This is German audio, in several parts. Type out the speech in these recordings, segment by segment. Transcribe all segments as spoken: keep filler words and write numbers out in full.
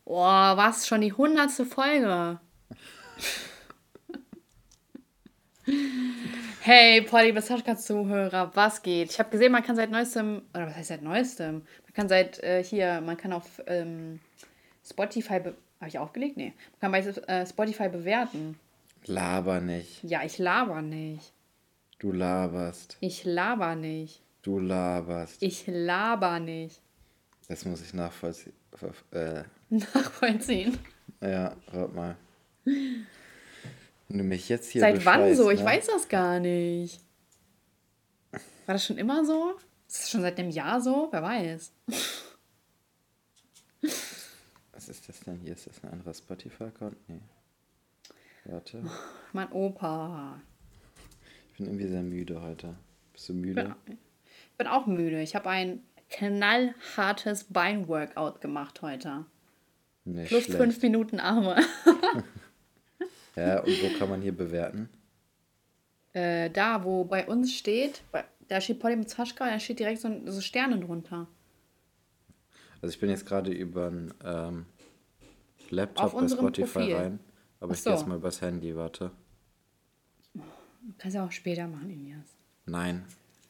Boah, was? Schon die hundertste Folge. Hey, Polly Besaschka-Zuhörer, was geht? Ich habe gesehen, man kann seit neuestem, oder was heißt seit neuestem? Man kann seit äh, hier, man kann auf ähm, Spotify, be- habe ich aufgelegt? Nee. Man kann bei äh, Spotify bewerten. Laber nicht. Ja, ich laber nicht. Du laberst. Ich laber nicht. Du laberst. Ich laber nicht. Das muss ich nachvollziehen. Äh, Nachvollziehen. ja, warte mal. Wenn du mich jetzt hier Seit wann so? bescheißt, Ich ne? weiß das gar nicht. War das schon immer so? Ist das schon seit einem Jahr so? Wer weiß. Was ist das denn hier? Ist das ein anderer Spotify-Account? Nee. Warte. Mein Opa. Ich bin irgendwie sehr müde heute. Bist du Ich bin, müde? ich bin auch müde. Ich habe ein knallhartes Beinworkout gemacht heute. Nicht Plus fünf schlecht. Minuten Arme. Ja, und wo kann man hier bewerten? Äh, da, wo bei uns steht, bei, da steht Polly mit Zaschka, da steht direkt so, ein- so Sterne drunter. Also ich bin jetzt gerade über einen ähm, Auf Laptop bei unserem Spotify Profil. rein. Aber Ach ich gehe jetzt so. mal übers Handy, warte. Kannst du auch später machen, Elias. Nein.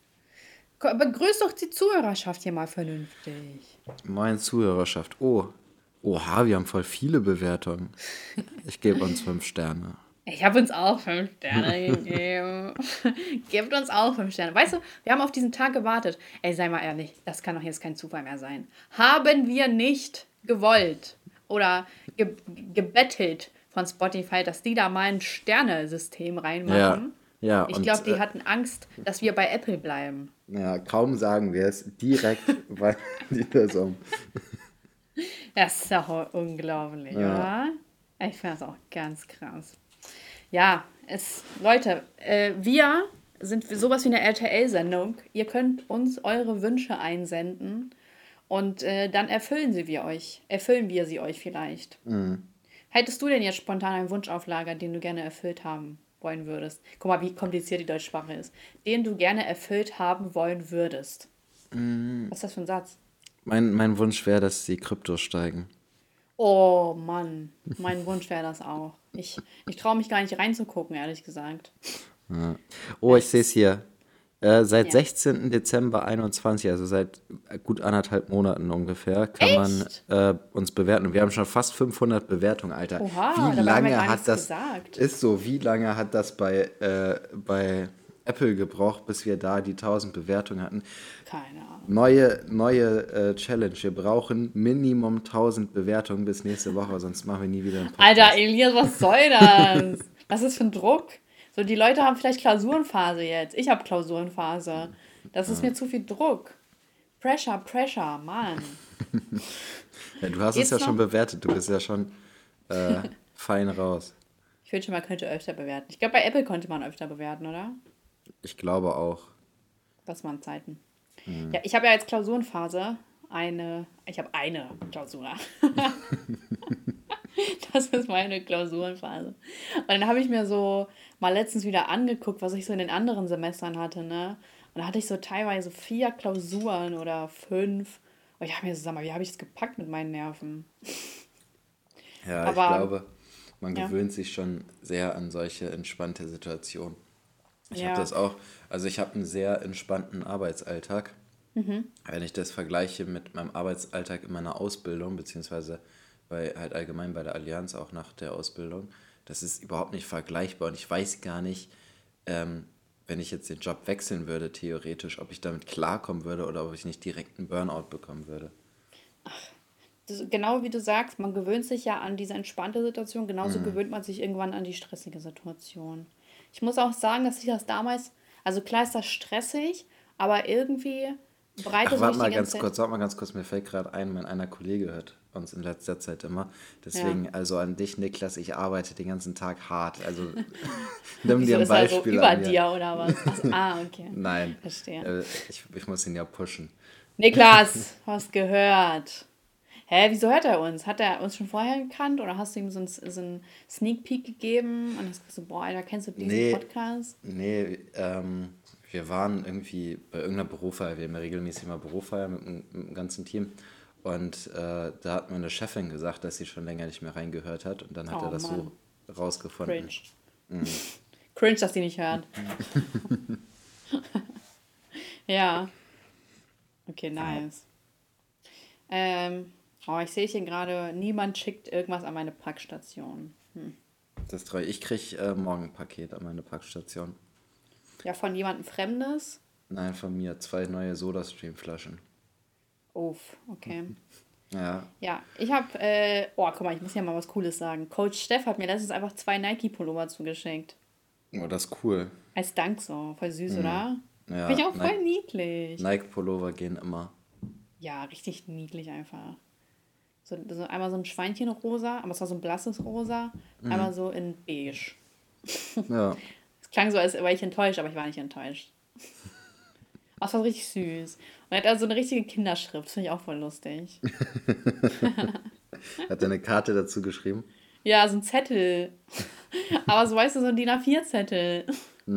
Ko- Begrüß doch die Zuhörerschaft hier mal vernünftig. Moin Zuhörerschaft. Oh. Oha, wir haben voll viele Bewertungen. Ich gebe uns fünf Sterne. Ich habe uns auch fünf Sterne gegeben. Gebt uns auch fünf Sterne. Weißt du, wir haben auf diesen Tag gewartet. Ey, sei mal ehrlich, das kann doch jetzt kein Zufall mehr sein. Haben wir nicht gewollt oder ge gebettelt von Spotify, dass die da mal ein Sternesystem Ja, reinmachen? ja, Ich glaube, und die äh, hatten Angst, dass wir bei Apple bleiben. ja, kaum sagen wir es, direkt weil die das um. Das ist doch unglaublich, Ja, oder? Ich finde das auch ganz krass. Ja, es, Leute, äh, wir sind sowas wie eine R T L-Sendung. Ihr könnt uns eure Wünsche einsenden und äh, dann erfüllen sie wir euch. Erfüllen wir sie euch vielleicht. Hättest du denn jetzt spontan einen Wunsch auf Lager, den du gerne erfüllt haben wollen würdest? Guck mal, wie kompliziert die Deutschsprache ist. Den du gerne erfüllt haben wollen würdest. Was ist das für ein Satz? mein, mein Wunsch wäre, dass die Kryptos steigen. Oh Mann, mein Wunsch wäre das auch. Ich, ich traue mich gar nicht reinzugucken, ehrlich gesagt. Oh, ich Es sehe es ist, hier. Äh, seit ja. sechzehnten Dezember einundzwanzig, also seit gut anderthalb Monaten ungefähr, kann man Echt? äh, uns bewerten. Und wir haben schon fast fünfhundert Bewertungen, Alter. Oha, Wie dabei haben wir lange gar hat nichts das, gesagt. ist so, wie lange hat das bei, äh, bei Apple gebraucht, bis wir da die tausend Bewertungen hatten? Keine Ahnung. Neue, neue äh, Challenge. Wir brauchen Minimum tausend Bewertungen bis nächste Woche, sonst machen wir nie wieder einen Alter, Podcast. Elias, was soll das? Was ist für ein Druck? So, die Leute haben vielleicht Klausurenphase jetzt. Ich habe Klausurenphase. Das ist mir zu viel Druck. Pressure, Pressure, Mann. Ja, du hast uns Geht's ja schon noch? bewertet, du bist ja schon äh, fein raus. Ich wünsche, man könnte öfter bewerten. Ich glaube, bei Apple konnte man öfter bewerten, oder? Ich glaube auch. Das waren Zeiten. Ja, ich habe ja jetzt Klausurenphase. Eine, ich habe eine Klausur. Das ist meine Klausurenphase. Und dann habe ich mir so mal letztens wieder angeguckt, was ich so in den anderen Semestern hatte, ne? Und da hatte ich so teilweise vier Klausuren oder fünf. Und ich dachte mir so, sag mal, wie habe ich es gepackt mit meinen Nerven? Ja, ich Aber glaube, man ja, gewöhnt sich schon sehr an solche entspannte Situationen. Ich habe ja, das auch, also ich habe einen sehr entspannten Arbeitsalltag. Wenn ich das vergleiche mit meinem Arbeitsalltag in meiner Ausbildung, beziehungsweise bei halt allgemein bei der Allianz auch nach der Ausbildung, das ist überhaupt nicht vergleichbar und ich weiß gar nicht, ähm, wenn ich jetzt den Job wechseln würde, theoretisch, ob ich damit klarkommen würde oder ob ich nicht direkt einen Burnout bekommen würde. das, genau wie du sagst, man gewöhnt sich ja an diese entspannte Situation, genauso gewöhnt man sich irgendwann an die stressige Situation. Ich muss auch sagen, dass ich das damals, also klar ist das stressig, aber irgendwie Ach, bereitet warte mich die mal ganze ganz Zeit. kurz, warte mal ganz kurz, mir fällt gerade ein, mein einer Kollege hört uns in letzter Zeit immer. Ja. Deswegen, also an dich, Niklas, ich arbeite den ganzen Tag hart. Also nimm dir Wieso ein ist er so Beispiel über an mir. dir oder was? Ach, so, ah, okay. Nein, Verstehe. äh, ich, ich muss ihn ja pushen. Niklas, hast gehört. Hä, wieso hört er uns? Hat er uns schon vorher gekannt oder hast du ihm so einen, so einen Sneak Peek gegeben und hast gesagt, so, boah, Alter, kennst du diesen Nee, Podcast? nee, ähm, wir waren irgendwie bei irgendeiner Berufsfeier, wir haben ja regelmäßig mal Berufsfeier mit, dem- mit dem ganzen Team. Und äh, da hat meine Chefin gesagt, dass sie schon länger nicht mehr reingehört hat. Und dann hat Oh er das Mann, so rausgefunden. cringe. Cringe, dass die nicht hört. Ja, okay, Ja, nice. Ähm, oh, ich sehe hier gerade, niemand schickt irgendwas an meine Packstation. Hm. das treu. Ich krieg äh, morgen ein Paket an meine Packstation. Ja, von jemandem Fremdes? Nein, von mir zwei neue Soda-Stream-Flaschen. Uff, okay. Ja, Ja, ich habe, äh, oh, guck mal, ich muss ja mal was Cooles sagen. Coach Steff hat mir letztens einfach zwei Nike-Pullover zugeschenkt. oh, das ist cool. Als Dank so. Voll süß, oder? Finde ich Ja, auch Nike, voll niedlich. Nike-Pullover gehen immer. Ja, richtig niedlich einfach. So, so einmal so ein Schweinchenrosa, aber es war so ein blasses Rosa. Einmal so in beige. Ja, Es klang so, als wäre ich enttäuscht, aber ich war nicht enttäuscht. Aber es war richtig süß. Und er hat also eine richtige Kinderschrift. Das finde ich auch voll lustig. hat er eine Karte dazu geschrieben? Ja, so ein Zettel. Aber so, weißt du, so ein DIN A vier Zettel.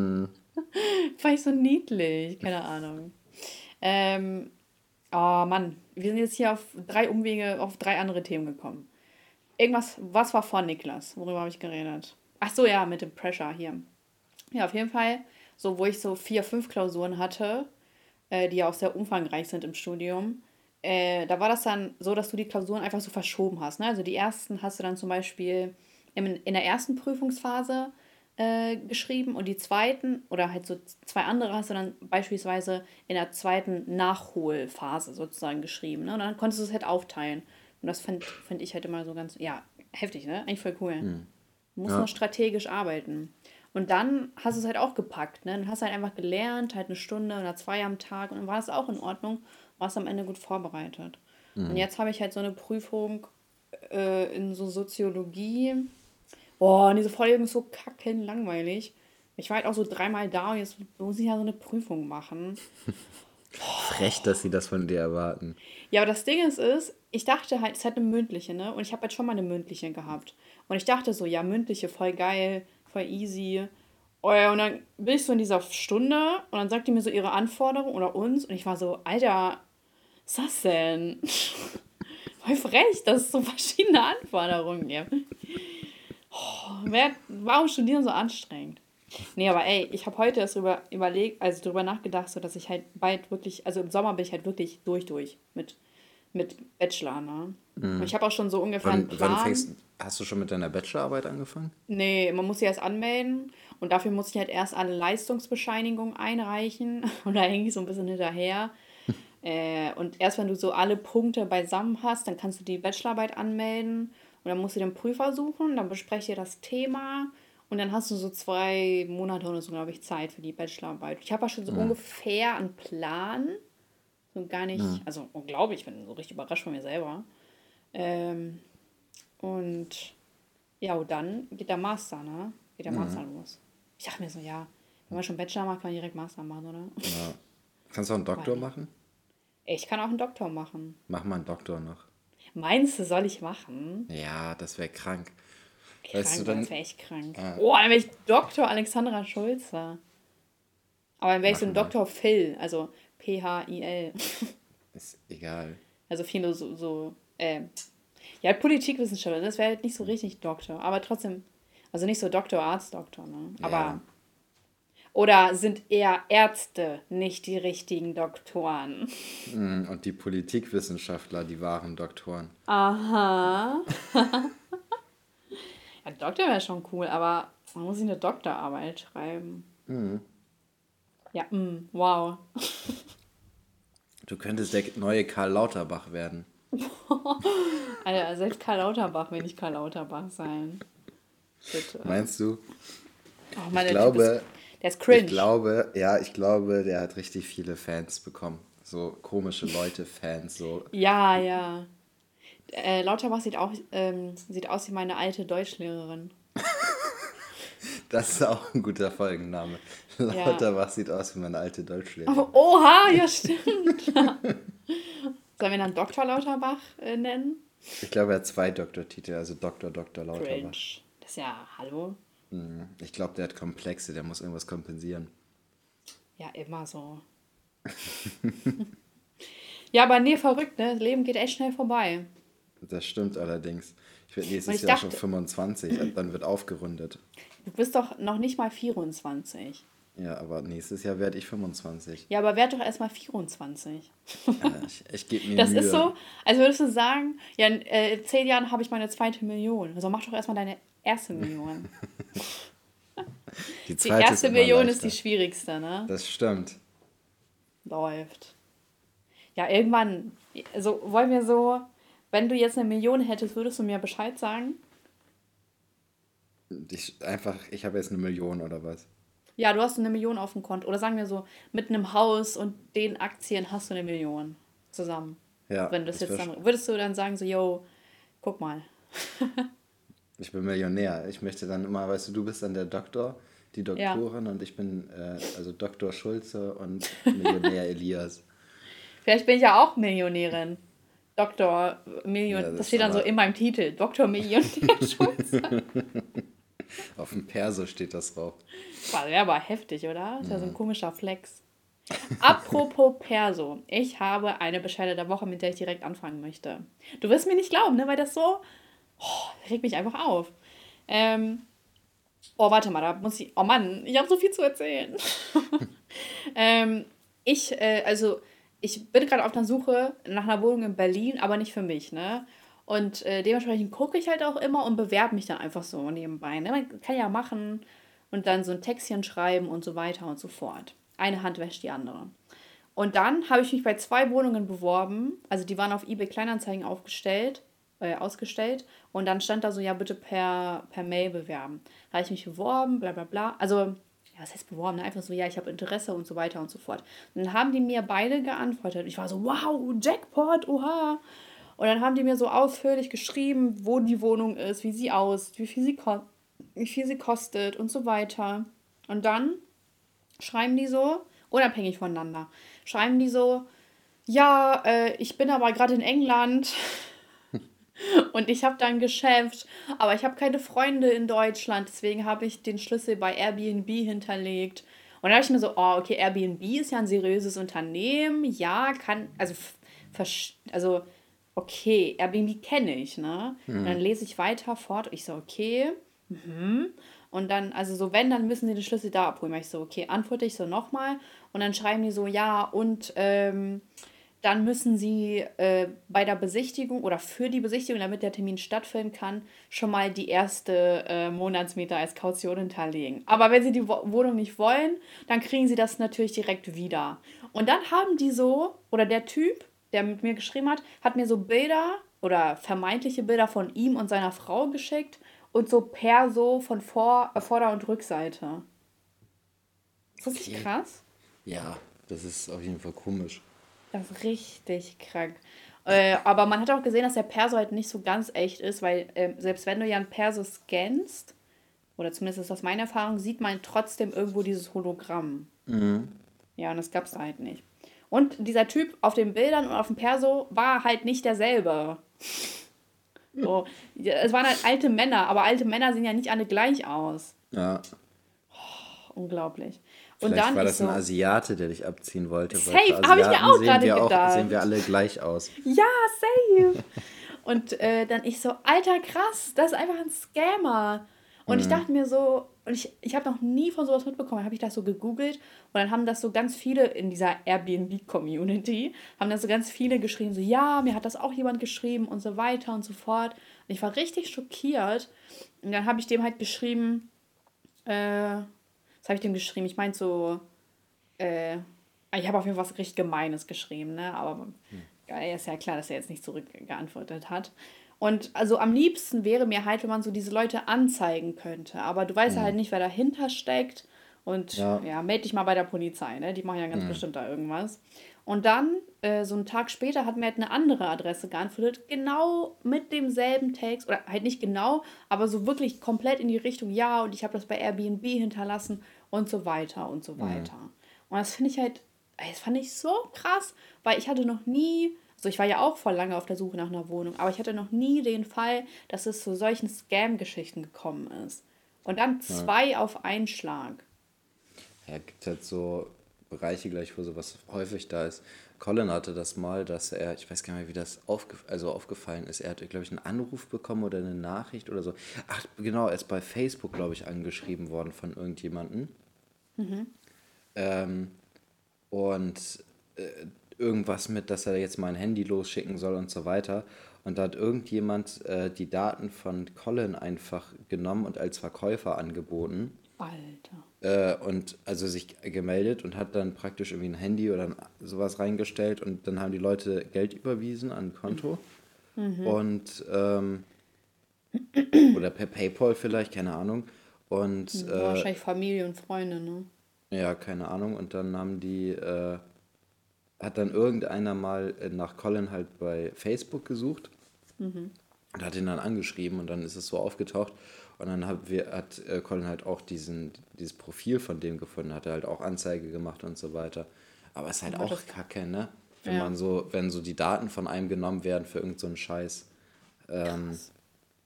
Fand ich so niedlich. Keine Ahnung. Ähm, oh Mann, wir sind jetzt hier auf drei Umwege, auf drei andere Themen gekommen. Irgendwas, was war vor Niklas? Worüber habe ich geredet? Ach so, ja, mit dem Pressure hier. Ja, auf jeden Fall, so wo ich so vier, fünf Klausuren hatte, äh, die ja auch sehr umfangreich sind im Studium, äh, da war das dann so, dass du die Klausuren einfach so verschoben hast. Ne? Also die ersten hast du dann zum Beispiel in, in der ersten Prüfungsphase äh, geschrieben und die zweiten oder halt so zwei andere hast du dann beispielsweise in der zweiten Nachholphase sozusagen geschrieben. Ne? Und dann konntest du es halt aufteilen. Und das fand, fand ich halt immer so ganz, ja, heftig, ne? Eigentlich voll cool. Du musst noch Ja. strategisch arbeiten. Und dann hast du es halt auch gepackt, ne? Dann hast du halt einfach gelernt, halt eine Stunde oder zwei am Tag und dann war es auch in Ordnung, warst am Ende gut vorbereitet. Und jetzt habe ich halt so eine Prüfung äh, in so Soziologie. Boah, und diese Folge ist so kacken langweilig. Ich war halt auch so dreimal da und jetzt muss ich ja so eine Prüfung machen. Frech, dass sie das von dir erwarten. Ja, aber das Ding ist, ist, ich dachte halt, es hat eine mündliche, ne? Und ich habe halt schon mal eine mündliche gehabt. Und ich dachte so, ja, mündliche, voll geil, voll easy. Oh ja, und dann bin ich so in dieser Stunde und dann sagt die mir so ihre Anforderungen oder uns. Und ich war so, Alter, was ist das denn? Voll frech, dass es so verschiedene Anforderungen gibt. Oh, wer, warum studieren so anstrengend? Nee, aber ey, ich habe heute erst drüber überlegt, also drüber nachgedacht, so dass ich halt bald wirklich, also im Sommer bin ich halt wirklich durch, durch mit, mit Bachelor, ne? Und ich habe auch schon so ungefähr einen Wann, wann Plan. fängst Hast du schon mit deiner Bachelorarbeit angefangen? Nee, man muss sich erst anmelden und dafür muss ich halt erst alle Leistungsbescheinigungen einreichen und da hänge ich so ein bisschen hinterher. Äh, und erst wenn du so alle Punkte beisammen hast, dann kannst du die Bachelorarbeit anmelden und dann musst du den Prüfer suchen, dann besprecht ihr das Thema und dann hast du so zwei Monate oder so, glaube ich, Zeit für die Bachelorarbeit. Ich habe ja schon so ungefähr einen Plan, so gar nicht, also unglaublich, ich bin so richtig überrascht von mir selber. Ähm, und ja, und dann geht der Master, ne? Geht der Master los. Ich dachte mir so, ja, wenn man schon Bachelor macht, kann man direkt Master machen, oder? Ja. Kannst du auch einen Aber Doktor nee. machen? Ich kann auch einen Doktor machen. Mach mal einen Doktor noch. Meinst du, soll ich machen? Ja, das wäre krank. Weißt du Krank, das dann? wäre echt krank. Ah, Oh, dann wäre ich Doktor Alexandra Schulze. Aber dann wäre ich so mach ein mal. Doktor Phil, also P H I L. Ist egal. Also viele so, so äh, ja, Politikwissenschaftler, das wäre halt nicht so richtig Doktor, aber trotzdem, also nicht so Doktor, Arzt, Doktor, ne? Aber, Ja. oder sind eher Ärzte nicht die richtigen Doktoren? Mm, Und die Politikwissenschaftler, die wahren Doktoren. Aha. Ja, Doktor wäre schon cool, aber man muss sich eine Doktorarbeit schreiben. Ja, mm, wow. Du könntest der neue Karl Lauterbach werden. Alter, selbst Karl Lauterbach will nicht Karl Lauterbach sein. Bitte. Meinst du? Oh Ich Mann, der Typ ist, glaube, der ist ich cringe. glaube, ja, ich glaube, der hat richtig viele Fans bekommen. So komische Leute, Fans, so. Ja, ja. Äh, Lauterbach sieht auch, ähm, sieht aus wie meine alte Deutschlehrerin. Das ist auch ein guter Folgenname. Ja. Lauterbach sieht aus wie meine alte Deutschlehrerin. Aber, oha, ja, stimmt. Sollen wir dann Doktor Lauterbach äh, nennen? Ich glaube, er hat zwei Doktortitel, also Doktor, Doktor Cringe. Lauterbach. Das ist ja, hallo? Mhm. Ich glaube, der hat Komplexe, der muss irgendwas kompensieren. Ja, immer so. Ja, aber nee, verrückt, ne? Das Leben geht echt schnell vorbei. Das stimmt allerdings. Ich werde Und nächstes ich Jahr schon dachte, fünfundzwanzig, ab dann wird aufgerundet. du bist doch noch nicht mal vierundzwanzig. Ja, aber nächstes Jahr werde ich fünfundzwanzig. Ja, aber werd doch erstmal vierundzwanzig. Ja, ich ich gebe mir Das ist Mühe. so, als würdest du sagen, ja, in äh, zehn Jahren habe ich meine zweite Million. Also mach doch erstmal deine erste Million. Die Die zweite ist erste immer Million ist die leichter. schwierigste, ne? Das stimmt. Läuft. Ja, irgendwann, also wollen wir so, wenn du jetzt eine Million hättest, würdest du mir Bescheid sagen? Ich, einfach, ich habe jetzt eine Million oder was? Ja, du hast eine Million auf dem Konto. Oder sagen wir so, mit einem Haus und den Aktien hast du eine Million zusammen. Ja, Wenn du das das jetzt wär, dann, würdest du dann sagen so, yo, guck mal. ich bin Millionär. Ich möchte dann immer, weißt du, du bist dann der Doktor, die Ja. Doktorin und ich bin äh, also Doktor Schulze und Millionär Elias. Vielleicht bin ich ja auch Millionärin. Doktor Million, Ja, das das ist steht dann so aber in meinem Titel. Doktor Millionär Schulze. auf dem Perso steht das drauf. Das wäre aber heftig, oder? Das ist ja so ein komischer Flex. Apropos Perso. Ich habe eine Bescheide der Woche, mit der ich direkt anfangen möchte. Du wirst mir nicht glauben, ne? Weil das so oh, regt mich einfach auf. Ähm, oh, warte mal, da muss ich. Oh Mann, ich habe so viel zu erzählen. ähm, ich, äh, also, ich bin gerade auf der Suche nach einer Wohnung in Berlin, aber nicht für mich, ne? Und äh, dementsprechend gucke ich halt auch immer und bewerbe mich dann einfach so nebenbei. Ne? Man kann ja machen und dann so ein Textchen schreiben und so weiter und so fort. Eine Hand wäscht die andere. Und dann habe ich mich bei zwei Wohnungen beworben. Also die waren auf eBay Kleinanzeigen aufgestellt, äh, ausgestellt. Und dann stand da so, ja, bitte per, per Mail bewerben. Da habe ich mich beworben, bla bla bla. Also, ja, was heißt beworben? Ne? Einfach so, ja, ich habe Interesse und so weiter und so fort. Und dann haben die mir beide geantwortet. Ich war so, wow, Jackpot, oha. Und dann haben die mir so ausführlich geschrieben, wo die Wohnung ist, wie sie aussieht, wie viel sie, ko wie viel sie kostet und so weiter. Und dann schreiben die so, unabhängig voneinander, schreiben die so, ja, äh, ich bin aber gerade in England und ich habe da ein Geschäft, aber ich habe keine Freunde in Deutschland, deswegen habe ich den Schlüssel bei Airbnb hinterlegt. Und da dachte ich mir so, oh, okay, Airbnb ist ja ein seriöses Unternehmen, ja, kann, also, also okay, Airbnb kenne ich, ne? Und dann lese ich weiter fort, ich so, okay, mhm. Und dann, also so, wenn, dann müssen sie den Schlüssel da abholen. Weil ich so, okay, antworte ich so nochmal. Und dann schreiben die so, ja, und ähm, dann müssen sie äh, bei der Besichtigung oder für die Besichtigung, damit der Termin stattfinden kann, schon mal die erste äh, Monatsmiete als Kaution hinterlegen. Aber wenn sie die Wo Wohnung nicht wollen, dann kriegen sie das natürlich direkt wieder. Und dann haben die so, oder der Typ, der mit mir geschrieben hat, hat mir so Bilder oder vermeintliche Bilder von ihm und seiner Frau geschickt und so Perso von Vor äh, Vorder- und Rückseite. Ist das nicht Okay. krass? Ja, das ist auf jeden Fall komisch. Das ist richtig krank. Äh, aber man hat auch gesehen, dass der Perso halt nicht so ganz echt ist, weil ähm, selbst wenn du ja einen Perso scannst, oder zumindest ist das meine Erfahrung, sieht man trotzdem irgendwo dieses Hologramm. Ja, und das gab es da halt nicht. Und dieser Typ auf den Bildern und auf dem Perso war halt nicht derselbe. So, ja, es waren halt alte Männer, aber alte Männer sehen ja nicht alle gleich aus. Ja, Unglaublich. Und vielleicht dann war ich das ein so, Asiate, der dich abziehen wollte, weil für safe, habe ich mir Asiaten auch sehen gerade wir auch, gedacht. sehen wir alle gleich aus. Ja, safe. Und äh, dann ich so, Alter, krass, das ist einfach ein Scammer. Und ich dachte mir so, und ich, ich habe noch nie von sowas mitbekommen, habe ich das so gegoogelt und dann haben das so ganz viele in dieser Airbnb-Community, haben das so ganz viele geschrieben, so ja, mir hat das auch jemand geschrieben und so weiter und so fort. Und ich war richtig schockiert. Und dann habe ich dem halt geschrieben, äh, was habe ich dem geschrieben? Ich meinte so, äh, ich habe auf jeden Fall was richtig Gemeines geschrieben, ne? Aber ja, ist ja klar, dass er jetzt nicht zurückgeantwortet hat. Und also am liebsten wäre mir halt, wenn man so diese Leute anzeigen könnte. Aber du weißt ja halt nicht, wer dahinter steckt. Und Ja, ja, melde dich mal bei der Polizei, ne? Die machen ja ganz bestimmt da irgendwas. Und dann, äh, so einen Tag später, hat mir halt eine andere Adresse geantwortet, genau mit demselben Text, oder halt nicht genau, aber so wirklich komplett in die Richtung, ja, und ich habe das bei Airbnb hinterlassen und so weiter und so weiter. Und das finde ich halt, ey, das fand ich so krass, weil ich hatte noch nie, also ich war ja auch voll lange auf der Suche nach einer Wohnung, aber ich hatte noch nie den Fall, dass es zu solchen Scam-Geschichten gekommen ist. Und dann ja. zwei auf einen Schlag. Ja, gibt halt so Bereiche gleich, wo sowas häufig da ist. Colin hatte das mal, dass er, ich weiß gar nicht mehr, wie das aufge also aufgefallen ist. Er hatte, glaube ich, einen Anruf bekommen oder eine Nachricht oder so. Ach, genau, er ist bei Facebook, glaube ich, angeschrieben worden von irgendjemandem. Ähm, und äh, irgendwas mit, dass er jetzt mal ein Handy losschicken soll und so weiter. Und da hat irgendjemand äh, die Daten von Colin einfach genommen und als Verkäufer angeboten. Alter. Äh, und also sich gemeldet und hat dann praktisch irgendwie ein Handy oder sowas reingestellt und dann haben die Leute Geld überwiesen an ein Konto und ähm, oder per PayPal vielleicht, keine Ahnung. Und War äh, wahrscheinlich Familie und Freunde, ne? ja, keine Ahnung. Und dann haben die, äh, hat dann irgendeiner mal äh, nach Colin halt bei Facebook gesucht und hat ihn dann angeschrieben und dann ist es so aufgetaucht. Und dann hat, wir, hat äh, Colin halt auch diesen, dieses Profil von dem gefunden, hat er halt auch Anzeige gemacht und so weiter. Aber es ist halt Aber auch das, kacke, ne? Wenn ja, man so, wenn so die Daten von einem genommen werden für irgend so einen Scheiß. Ähm, krass.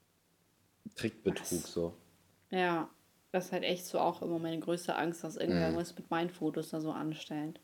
Trickbetrug Das, so. ja, das ist halt echt so auch immer meine größte Angst, dass irgendwer Mhm. irgendwas mit meinen Fotos da so anstellt.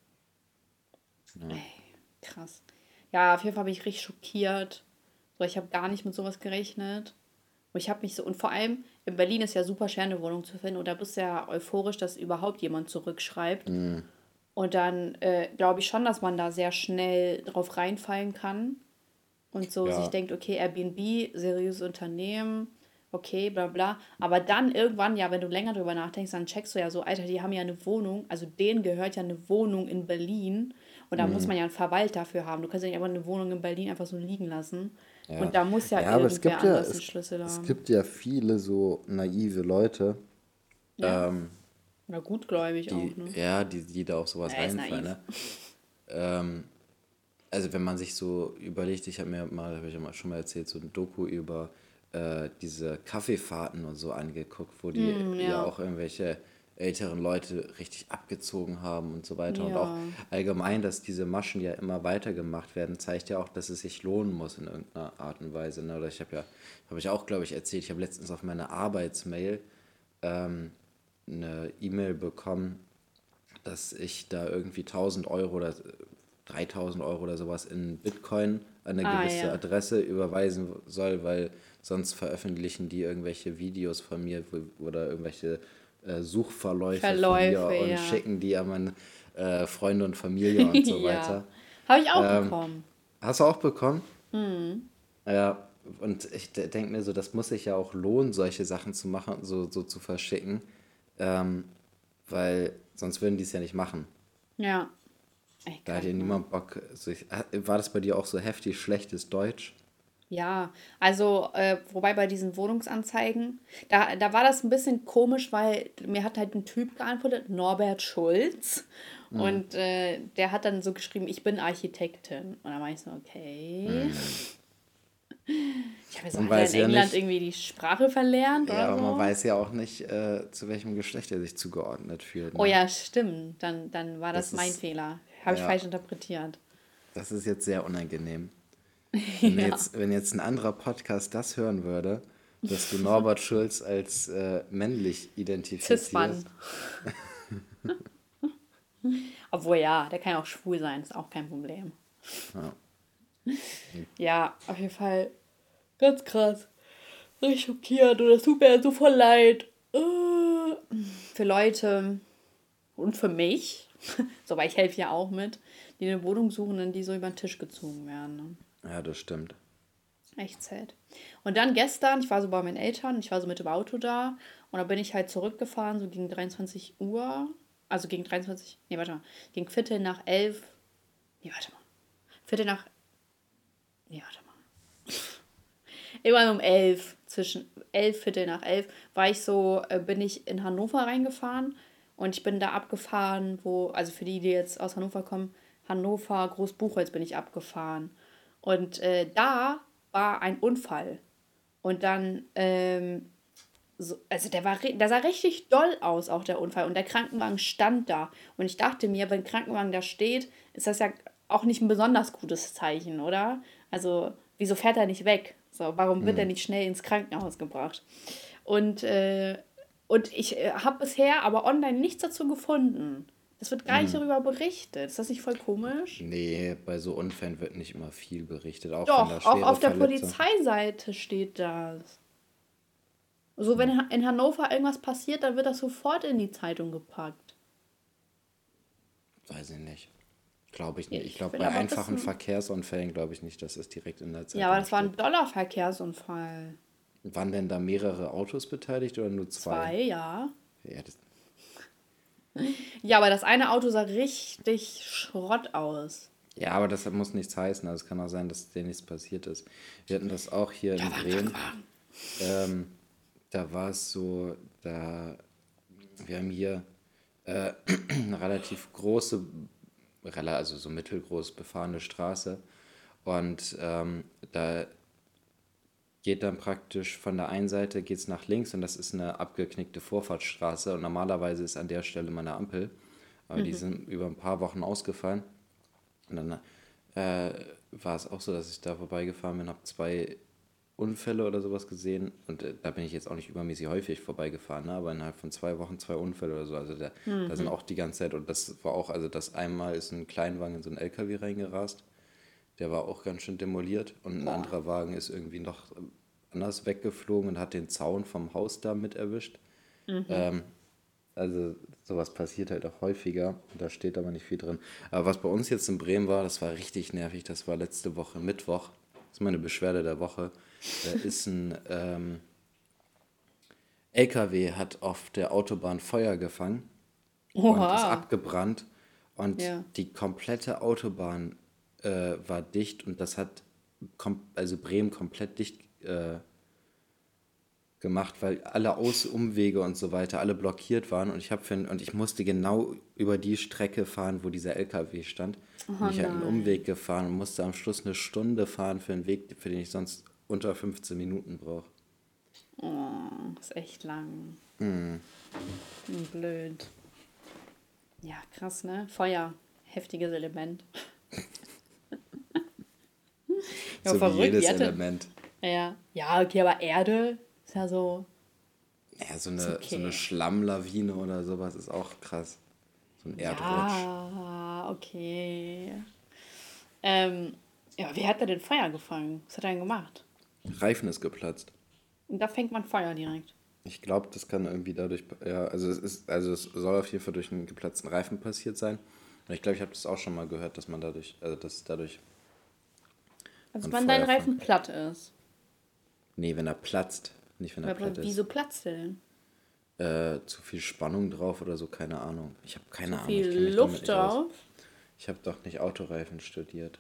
Ja. Ey, krass. Ja, auf jeden Fall bin ich richtig schockiert. So, ich habe gar nicht mit sowas gerechnet. Und ich habe mich so, und vor allem in Berlin ist ja super schwer, eine Wohnung zu finden. Und da bist du ja euphorisch, dass überhaupt jemand zurückschreibt. Mhm. Und dann äh, glaube ich schon, dass man da sehr schnell drauf reinfallen kann. Und so sich Ja, denkt, okay, Airbnb, seriöses Unternehmen, okay, bla bla. Aber dann irgendwann, ja, wenn du länger drüber nachdenkst, dann checkst du ja so, Alter, die haben ja eine Wohnung, also denen gehört ja eine Wohnung in Berlin. Und da muss mhm. man ja einen Verwalter dafür haben. Du kannst ja nicht einfach eine Wohnung in Berlin einfach so liegen lassen. Ja. Und da muss ja Ja, aber es irgendwer gibt ja, anders einen es, Schlüssel es haben. gibt ja viele so naive Leute, Ja. ähm, Na gutgläubig auch, die, ne? ja, die, die da auf sowas Er ist reinfallen, naiv. ne? Ähm, also wenn man sich so überlegt, ich habe mir mal, habe ich ja mal schon mal erzählt, so ein Doku über äh, diese Kaffeefahrten und so angeguckt, wo die Hm, ja ja. auch irgendwelche älteren Leute richtig abgezogen haben und so weiter. Und auch Ja. allgemein, dass diese Maschen ja immer weitergemacht werden, zeigt ja auch, dass es sich lohnen muss in irgendeiner Art und Weise. Ne? Oder ich habe ja, habe ich auch, glaube ich, erzählt, ich habe letztens auf meine Arbeitsmail ähm, eine E-Mail bekommen, dass ich da irgendwie tausend Euro oder dreitausend Euro oder sowas in Bitcoin an eine Ah, gewisse ja. Adresse überweisen soll, weil sonst veröffentlichen die irgendwelche Videos von mir wo, oder irgendwelche äh, Suchverläufe von mir Verläufe, und ja. schicken die an meine äh, Freunde und Familie und so Ja. weiter. Habe ich auch Ähm, bekommen. Hast du auch bekommen? Hm. Ja, und ich denke mir so, das muss sich ja auch lohnen, solche Sachen zu machen, so, so zu verschicken, ähm, weil sonst würden die es ja nicht machen. Ja. Echt Da hat ja krank, ne? niemand Bock. So ich, war das bei dir auch so heftig schlechtes Deutsch? Ja, also, äh, wobei bei diesen Wohnungsanzeigen, da, da war das ein bisschen komisch, weil mir hat halt ein Typ geantwortet, Norbert Schulz. Mhm. Und äh, der hat dann so geschrieben, ich bin Architektin. Und dann war ich so, okay. Ich habe mir so, Man hat er in weiß ja England nicht, irgendwie die Sprache verlernt ja, oder aber man so? weiß ja auch nicht, äh, zu welchem Geschlecht er sich zugeordnet fühlt, Oh ne? ja, stimmt. Dann, dann war Das das mein ist, Fehler. Habe ich ja, falsch interpretiert. das ist jetzt sehr unangenehm. Wenn wir Ja. jetzt, wenn jetzt ein anderer Podcast das hören würde, dass du Norbert Schulz als äh, männlich Cis-Mann. identifizierst. Obwohl ja, der kann ja auch schwul sein, ist auch kein Problem. Ja. Ja, auf jeden Fall ganz krass. Richtig schockiert und das tut mir so voll leid. Äh, Für Leute und für mich, so, weil ich helfe ja auch mit, die eine Wohnung suchen und die so über den Tisch gezogen werden. Ne? Ja, das stimmt. Echt sad. Und dann gestern, ich war so bei meinen Eltern, ich war so mit dem Auto da und dann bin ich halt zurückgefahren, so gegen dreiundzwanzig Uhr. Also gegen dreiundzwanzig, nee, warte mal, gegen Viertel nach elf. Nee, warte mal. Viertel nach, nee, warte mal. Irgendwann um elf, zwischen elf, Viertel nach elf, war ich so, äh, bin ich in Hannover reingefahren und ich bin da abgefahren, wo, also für die, die jetzt aus Hannover kommen, Hannover, Großbuchholz bin ich abgefahren. Und äh, da war ein Unfall. Und dann, ähm, so, also der war, der sah richtig doll aus, auch der Unfall. Und der Krankenwagen stand da. Und ich dachte mir, wenn ein Krankenwagen da steht, ist das ja auch nicht ein besonders gutes Zeichen, oder? Also, wieso fährt er nicht weg? So, warum wird er Hm. nicht schnell ins Krankenhaus gebracht? Und, äh, und ich äh, habe bisher aber online nichts dazu gefunden. Es wird gar nicht darüber berichtet. Ist das nicht voll komisch? Nee, bei so Unfällen wird nicht immer viel berichtet, auch wenn da Doch, auch schwere auf der Verletzungen. Polizeiseite steht das. So, wenn Ha- in Hannover irgendwas passiert, dann wird das sofort in die Zeitung gepackt. Weiß ich nicht. Glaube ich nicht. Ich Ich glaube, will bei aber einfachen wissen. Verkehrsunfällen glaube ich nicht, dass es direkt in der Ja, aber Zeitung das war steht. ein Dollarverkehrsunfall. Waren denn da mehrere Autos beteiligt oder nur zwei? Zwei, ja. Ja, das, Ja, aber das eine Auto sah richtig Schrott aus. ja, aber das muss nichts heißen. Also es kann auch sein, dass dir nichts passiert ist. Wir hatten das auch hier in Bremen. Ähm, da war es so, da wir haben hier äh, eine relativ große, rela- also so mittelgroß befahrene Straße. Und ähm, da geht dann praktisch von der einen Seite geht's nach links und das ist eine abgeknickte Vorfahrtsstraße und normalerweise ist an der Stelle mal eine Ampel, aber die sind über ein paar Wochen ausgefallen und dann äh, war es auch so, dass ich da vorbeigefahren bin, habe zwei Unfälle oder sowas gesehen und äh, da bin ich jetzt auch nicht übermäßig häufig vorbeigefahren, ne? Aber innerhalb von zwei Wochen zwei Unfälle oder so, also da, da sind auch die ganze Zeit und das war auch, also das einmal ist ein Kleinwagen in so einen L K W reingerast. Der war auch ganz schön demoliert und ein anderer Wagen ist irgendwie noch anders weggeflogen und hat den Zaun vom Haus da mit erwischt. Ähm, also sowas passiert halt auch häufiger und da steht aber nicht viel drin. Aber was bei uns jetzt in Bremen war, das war richtig nervig. Das war letzte Woche Mittwoch. Das ist meine Beschwerde der Woche. Da ist ein ähm, L K W hat auf der Autobahn Feuer gefangen und ist Oha. abgebrannt und Ja. die komplette Autobahn äh, war dicht und das hat kom also Bremen komplett dicht äh, gemacht, weil alle Aus Umwege und so weiter alle blockiert waren und ich habe für und ich musste genau über die Strecke fahren, wo dieser L K W stand. Oh Und ich halt einen nein. Umweg gefahren und musste am Schluss eine Stunde fahren für einen Weg, für den ich sonst unter fünfzehn Minuten brauche. Oh, ist echt lang. Hm, blöd. Ja, krass, ne? Feuer. Heftiges Element. Ja, So wie verrückt. jedes Wie hatte. Element. Ja. Ja, okay, aber Erde ist ja so. Ja, so Ist eine, so eine okay. Schlammlawine oder sowas ist auch krass. So ein Erdrutsch. Ja, okay. Ähm, ja, wie hat er denn Feuer gefangen? Was hat er denn gemacht? Reifen ist geplatzt. Und da fängt man Feuer direkt. Ich glaube, das kann irgendwie dadurch, ja, also es ist, also es soll auf jeden Fall durch einen geplatzten Reifen passiert sein. Und ich glaube, ich habe das auch schon mal gehört, dass man dadurch, also dass dadurch Also man wenn dein Feuer fangen Reifen kann. platt ist. Nee, wenn er platzt, nicht wenn er Aber platt ist. wieso platzt der denn? Äh, zu viel Spannung drauf oder so, keine Ahnung. Ich habe keine Zu Ahnung, ich viel kenne mich damit Luft nicht aus. drauf? Ich habe doch nicht Autoreifen studiert.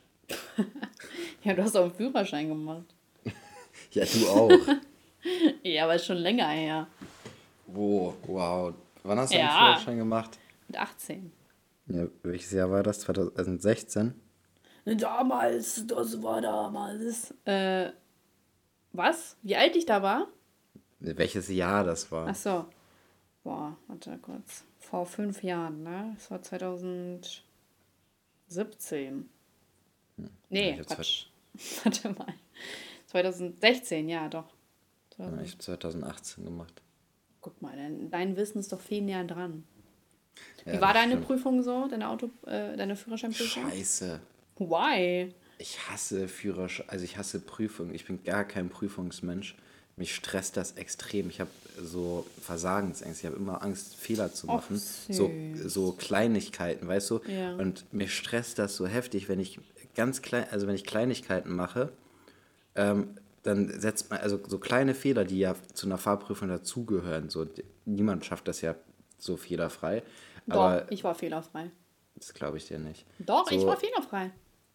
Ja, du hast auch einen Führerschein gemacht. Ja, du auch. Ja, aber ist schon länger her. Oh, wow. Wann hast du deinen Ja, Führerschein gemacht? mit achtzehn. Ja, welches Jahr war das? zwanzig sechzehn? Damals, das war damals. Äh, was? Wie alt ich da war? Welches Jahr das Ach war? so. Boah, warte kurz. Vor fünf Jahren, ne? Das war zwanzig siebzehn. Ja, Nee, ich habe Quatsch. Warte mal. zwanzig sechzehn, ja, doch. ich hab zwanzig achtzehn gemacht. Guck mal, dein, dein Wissen ist doch viel näher dran. Wie Ja, war das deine stimmt. Prüfung so? Deine Auto, äh, deine Führerscheinprüfung? Scheiße. Why? Ich hasse Führerschein, also ich hasse Prüfungen. Ich bin gar kein Prüfungsmensch. Mich stresst das extrem. Ich habe so Versagensängste. Ich habe immer Angst, Fehler zu Och, machen. So, süß. so Kleinigkeiten, weißt du? Ja. Und mich stresst das so heftig, wenn ich ganz klein, also wenn ich Kleinigkeiten mache, ähm, dann setzt man, also so kleine Fehler, die ja zu einer Fahrprüfung dazugehören. So, niemand schafft das ja so fehlerfrei. Doch, Aber ich war fehlerfrei. das glaube ich dir nicht. Doch, ich So, war fehlerfrei.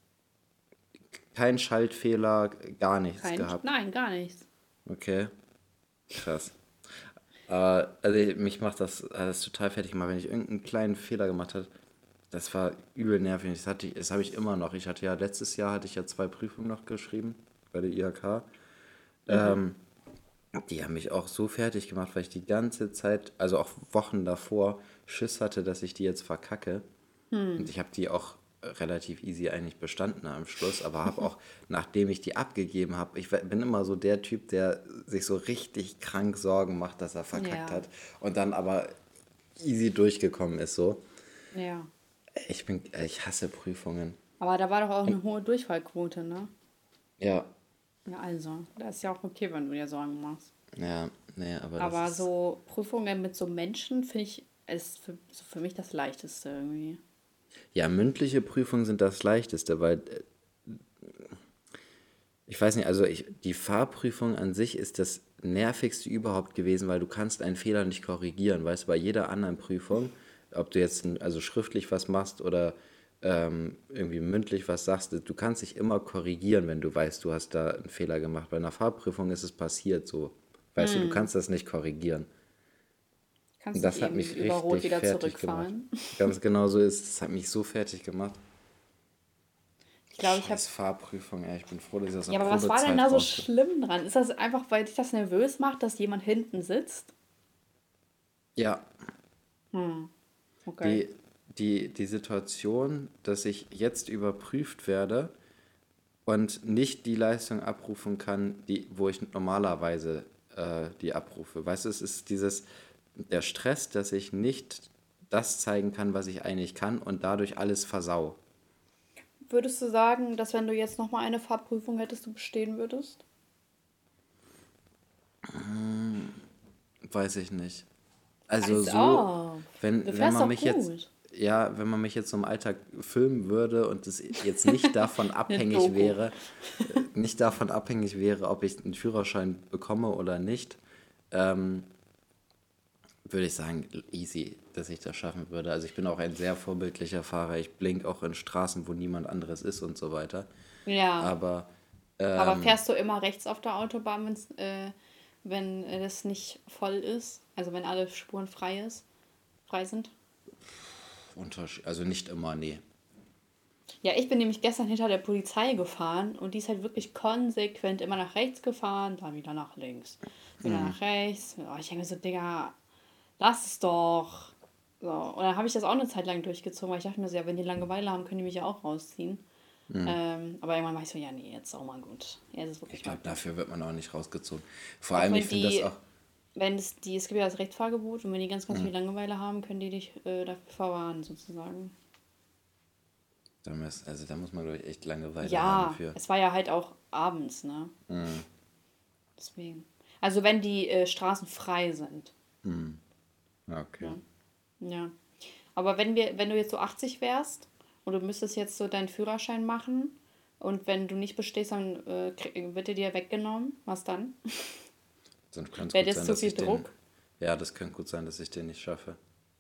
kein Schaltfehler, gar nichts Kein, gehabt. nein, gar nichts. Okay, krass. Aber also ich- mich macht das alles total fertig gemacht, wenn ich irgendeinen kleinen Fehler gemacht habe. Das war übel nervig. Das hatte ich, das habe ich immer noch. Ich hatte ja letztes Jahr hatte ich ja zwei Prüfungen noch geschrieben bei der I H K. Ähm, die haben mich auch so fertig gemacht, weil ich die ganze Zeit, also auch Wochen davor, Schiss hatte, dass ich die jetzt verkacke. Und ich habe die auch relativ easy eigentlich bestanden am Schluss, aber habe auch, nachdem ich die abgegeben habe, ich bin immer so der Typ, der sich so richtig krank Sorgen macht, dass er verkackt Ja. hat und dann aber easy durchgekommen ist so. Ja. Ich bin, ich hasse Prüfungen. Aber da war doch auch eine hohe Durchfallquote, ne? Ja, Ja, also, da ist ja auch okay, wenn du dir Sorgen machst. ja, nee, aber das Aber ist, so Prüfungen mit so Menschen, finde ich, ist für, so für mich das Leichteste irgendwie. ja, mündliche Prüfungen sind das Leichteste, weil äh, ich weiß nicht, also ich, die Fahrprüfung an sich ist das nervigste überhaupt gewesen, weil du kannst einen Fehler nicht korrigieren, weißt du, bei jeder anderen Prüfung, ob du jetzt ein- also schriftlich was machst oder ähm, irgendwie mündlich was sagst, du kannst dich immer korrigieren, wenn du weißt, du hast da einen Fehler gemacht. Bei einer Fahrprüfung ist es passiert so, weißt du, du Hm. kannst das nicht korrigieren. Und Kannst nicht das hat eben mich über Rot richtig wieder fertig gemacht. zurückfahren. Ganz genau so ist es, das hat mich so fertig gemacht. Ich glaube, ich habe. Scheiß Fahrprüfung, ey, ich bin froh, dass ich aus der Ja, aber was war denn da Probezeit so raus bin. schlimm dran? Ist das einfach, weil dich das nervös macht, dass jemand hinten sitzt? Ja, Hm, okay. Die, die, die Situation, dass ich jetzt überprüft werde und nicht die Leistung abrufen kann, die, wo ich normalerweise äh, die abrufe. Weißt du, es ist dieses, der Stress, dass ich nicht das zeigen kann, was ich eigentlich kann und dadurch alles versau. Würdest du sagen, dass wenn du jetzt nochmal eine Fahrprüfung hättest, du bestehen würdest? Weiß ich nicht. Also Als so, ob. Du wenn, wenn fährst man doch mich jetzt, gut. ja, wenn man mich jetzt so im Alltag filmen würde und es jetzt nicht davon Eine abhängig Doku. wäre, nicht davon abhängig wäre, ob ich einen Führerschein bekomme oder nicht, ähm, würde ich sagen, easy, dass ich das schaffen würde. Also ich bin auch ein sehr vorbildlicher Fahrer. Ich blink auch in Straßen, wo niemand anderes ist und so weiter. Ja. Aber Aber ähm, fährst du immer rechts auf der Autobahn, wenn's, äh, wenn äh, das nicht voll ist? Also wenn alle Spuren frei ist, frei sind? Unterschied, also nicht immer, nee. Ja, ich bin nämlich gestern hinter der Polizei gefahren und die ist halt wirklich konsequent immer nach rechts gefahren, dann wieder nach links. Wieder nach rechts. Oh, ich denke mir so, Digga, lass es doch. So. Und dann habe ich das auch eine Zeit lang durchgezogen, weil ich dachte mir so, ja, wenn die Langeweile haben, können die mich ja auch rausziehen. Ähm, aber irgendwann war ich so, ja, nee, jetzt ist auch mal gut. Jetzt ist Ich wirklich mal glaube, gut. dafür wird man auch nicht rausgezogen. Vor Auch allem, ich wenn finde das die, auch, wenn es die, es gibt ja das Rechtfahrgebot und wenn die ganz, ganz viel Langeweile haben, können die dich äh, dafür verwahren, sozusagen. da muss, also da muss man, glaube ich, echt Langeweile haben Ja, für. es war ja halt auch abends, ne? Deswegen. Also wenn die äh, Straßen frei sind. Ja, okay. Ja. Ja. Aber wenn wir, wenn du jetzt so achtzig wärst und du müsstest jetzt so deinen Führerschein machen und wenn du nicht bestehst, dann äh, krieg- wird dir der weggenommen. Was dann? Sonst kann es Wäre gut das sein, zu dass viel ich den. Druck? Ja, das könnte gut sein, dass ich den nicht schaffe.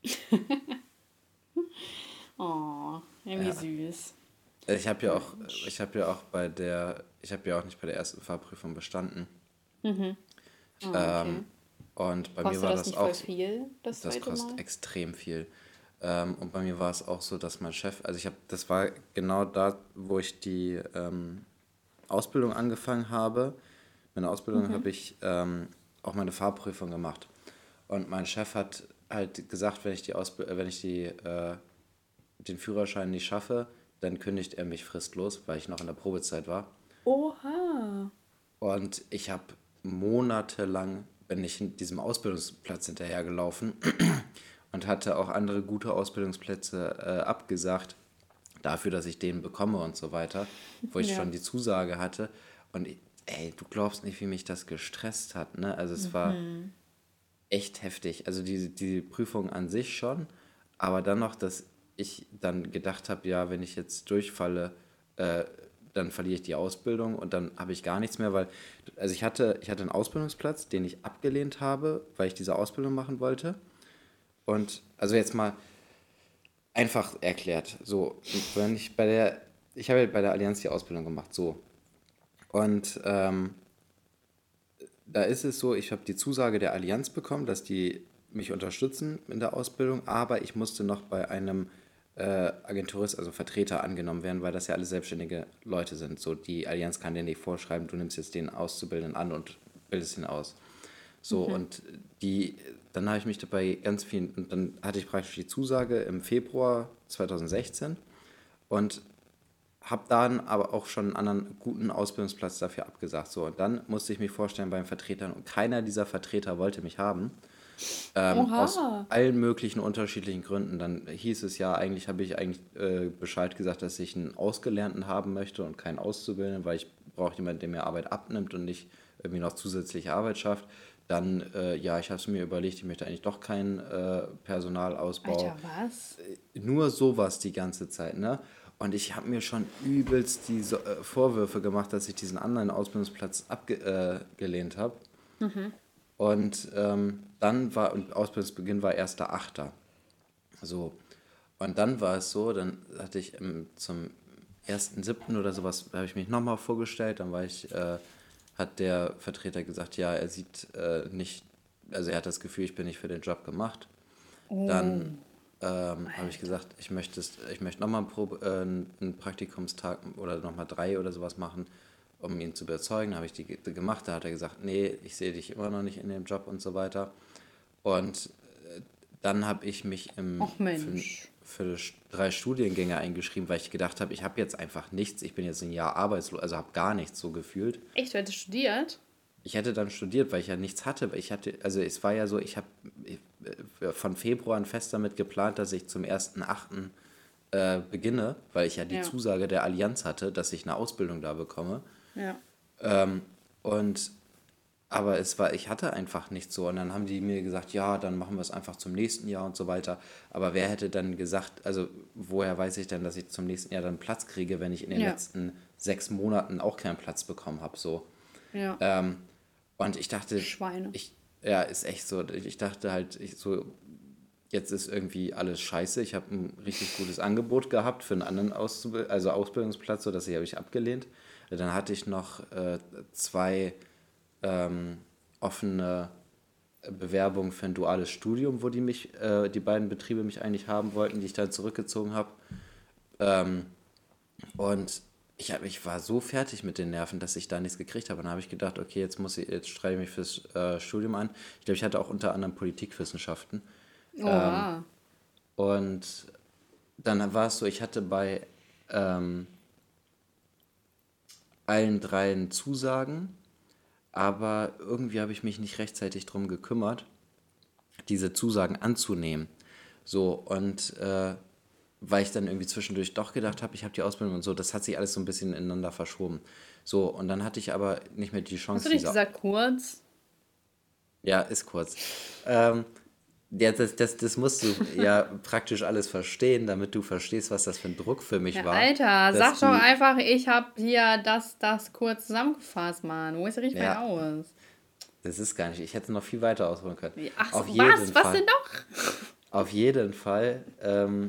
Oh, irgendwie Ja. süß. Ich habe ja auch, ich habe ja auch bei der, ich habe ja auch nicht bei der ersten Fahrprüfung bestanden. Ah, okay. Ähm, und bei mir Kostet war das das nicht auch voll so, viel, das das zweite kostet Mal? extrem viel. Ähm, und bei mir war es auch so, dass mein Chef, also ich habe, das war genau da, wo ich die ähm, Ausbildung angefangen habe. Meine Ausbildung habe ich ähm, auch meine Fahrprüfung gemacht. Und mein Chef hat halt gesagt, wenn ich die Ausb äh, wenn ich die, äh, den Führerschein nicht schaffe, dann kündigt er mich fristlos, weil ich noch in der Probezeit war. Oha. Und ich habe monatelang, bin ich in diesem Ausbildungsplatz hinterhergelaufen und hatte auch andere gute Ausbildungsplätze äh, abgesagt, dafür, dass ich den bekomme und so weiter, wo ich Ja. schon die Zusage hatte. Und ich, ey, du glaubst nicht, wie mich das gestresst hat, ne? Also es war echt heftig. Also die, die Prüfung an sich schon, aber dann noch, dass ich dann gedacht habe, ja, wenn ich jetzt durchfalle, äh, dann verliere ich die Ausbildung und dann habe ich gar nichts mehr, weil, also ich hatte, ich hatte einen Ausbildungsplatz, den ich abgelehnt habe, weil ich diese Ausbildung machen wollte. Und also jetzt mal einfach erklärt, so, wenn ich bei der, ich habe ja bei der Allianz die Ausbildung gemacht, so. Und ähm, da ist es so, ich habe die Zusage der Allianz bekommen, dass die mich unterstützen in der Ausbildung, aber ich musste noch bei einem äh, Agenturist, also Vertreter, angenommen werden, weil das ja alle selbstständige Leute sind. So, die Allianz kann dir nicht vorschreiben, du nimmst jetzt den Auszubildenden an und bildest ihn aus. So, und die, dann habe ich mich dabei ganz viel, und dann hatte ich praktisch die Zusage im Februar zwanzig sechzehn und habe dann aber auch schon einen anderen guten Ausbildungsplatz dafür abgesagt. So, und dann musste ich mich vorstellen beim Vertretern und keiner dieser Vertreter wollte mich haben. Ähm, aus Oha. allen möglichen unterschiedlichen Gründen. Dann hieß es ja, eigentlich habe ich eigentlich äh, Bescheid gesagt, dass ich einen Ausgelernten haben möchte und keinen Auszubildenden, weil ich brauche jemanden, der mir Arbeit abnimmt und nicht irgendwie noch zusätzliche Arbeit schafft. Dann, äh, ja, ich habe es mir überlegt, ich möchte eigentlich doch keinen äh, Personalausbau. Alter, was? Nur sowas die ganze Zeit, ne? Und ich habe mir schon übelst die so, äh, Vorwürfe gemacht, dass ich diesen anderen Ausbildungsplatz abgelehnt äh, gelehnt habe. Und ähm, dann war, und Ausbildungsbeginn war erster Achter. So. Und dann war es so, dann hatte ich ähm, zum ersten siebten oder sowas, habe ich mich nochmal vorgestellt, dann war ich, äh, hat der Vertreter gesagt, ja, er sieht äh, nicht, also er hat das Gefühl, ich bin nicht für den Job gemacht. Oh, Dann ähm, habe ich Alter. gesagt, ich möchte, es- ich möchte nochmal einen, Probe- äh, einen Praktikumstag oder nochmal drei oder sowas machen, um ihn zu überzeugen. Habe ich die ge- gemacht. Da hat er gesagt, nee, ich sehe dich immer noch nicht in dem Job und so weiter. Und äh, dann habe ich mich im, Och für, Mensch. für drei Studiengänge eingeschrieben, weil ich gedacht habe, ich habe jetzt einfach nichts. Ich bin jetzt ein Jahr arbeitslos, also habe gar nichts so gefühlt. Echt, du hättest studiert? Ich hätte dann studiert, weil ich ja nichts hatte. Weil ich hatte, also es war ja so, ich habe äh, von Februar an fest damit geplant, dass ich zum ersten achten äh, beginne, weil ich ja die Ja, Zusage der Allianz hatte, dass ich eine Ausbildung da bekomme. ja. Und aber es war, ich hatte einfach nicht so. Und dann haben die mir gesagt, ja, dann machen wir es einfach zum nächsten Jahr und so weiter. Aber wer hätte dann gesagt, also woher weiß ich denn, dass ich zum nächsten Jahr dann Platz kriege, wenn ich in den Ja, letzten sechs Monaten auch keinen Platz bekommen habe, so. ja. Ähm, und ich dachte, Schweine. ich, ja, ist echt so. Ich dachte halt, ich so, jetzt ist irgendwie alles scheiße. Ich habe ein richtig gutes Angebot gehabt für einen anderen Auszubild also Ausbildungsplatz, so dass ich habe ich abgelehnt. Dann hatte ich noch äh, zwei ähm, offene Bewerbungen für ein duales Studium, wo die mich, äh, die beiden Betriebe mich eigentlich haben wollten, die ich dann zurückgezogen habe. Ähm, und ich, hab, ich war so fertig mit den Nerven, dass ich da nichts gekriegt habe. Und dann habe ich gedacht, okay, jetzt muss ich, jetzt streiche ich mich fürs äh, Studium an. Ich glaube, ich hatte auch unter anderem Politikwissenschaften. Ähm, Oha. und dann war es so, ich hatte bei ähm, allen dreien Zusagen, aber irgendwie habe ich mich nicht rechtzeitig drum gekümmert, diese Zusagen anzunehmen. So, und äh, weil ich dann irgendwie zwischendurch doch gedacht habe, ich habe die Ausbildung und so, das hat sich alles so ein bisschen ineinander verschoben. So, und dann hatte ich aber nicht mehr die Hast du Chance, nicht diese, gesagt kurz? ja, ist kurz. Ähm, ja, das, das, das musst du ja praktisch alles verstehen, damit du verstehst, was das für ein Druck für mich Ja, war, Alter, dass sag doch die, einfach, ich hab hier das, das kurz zusammengefasst, Mann. Wo ist richtig weit ja, aus? das ist gar nicht, ich hätte noch viel weiter ausholen können. Wie- Ach so, Auf jeden was? Was denn Fall, noch? auf jeden Fall, ähm,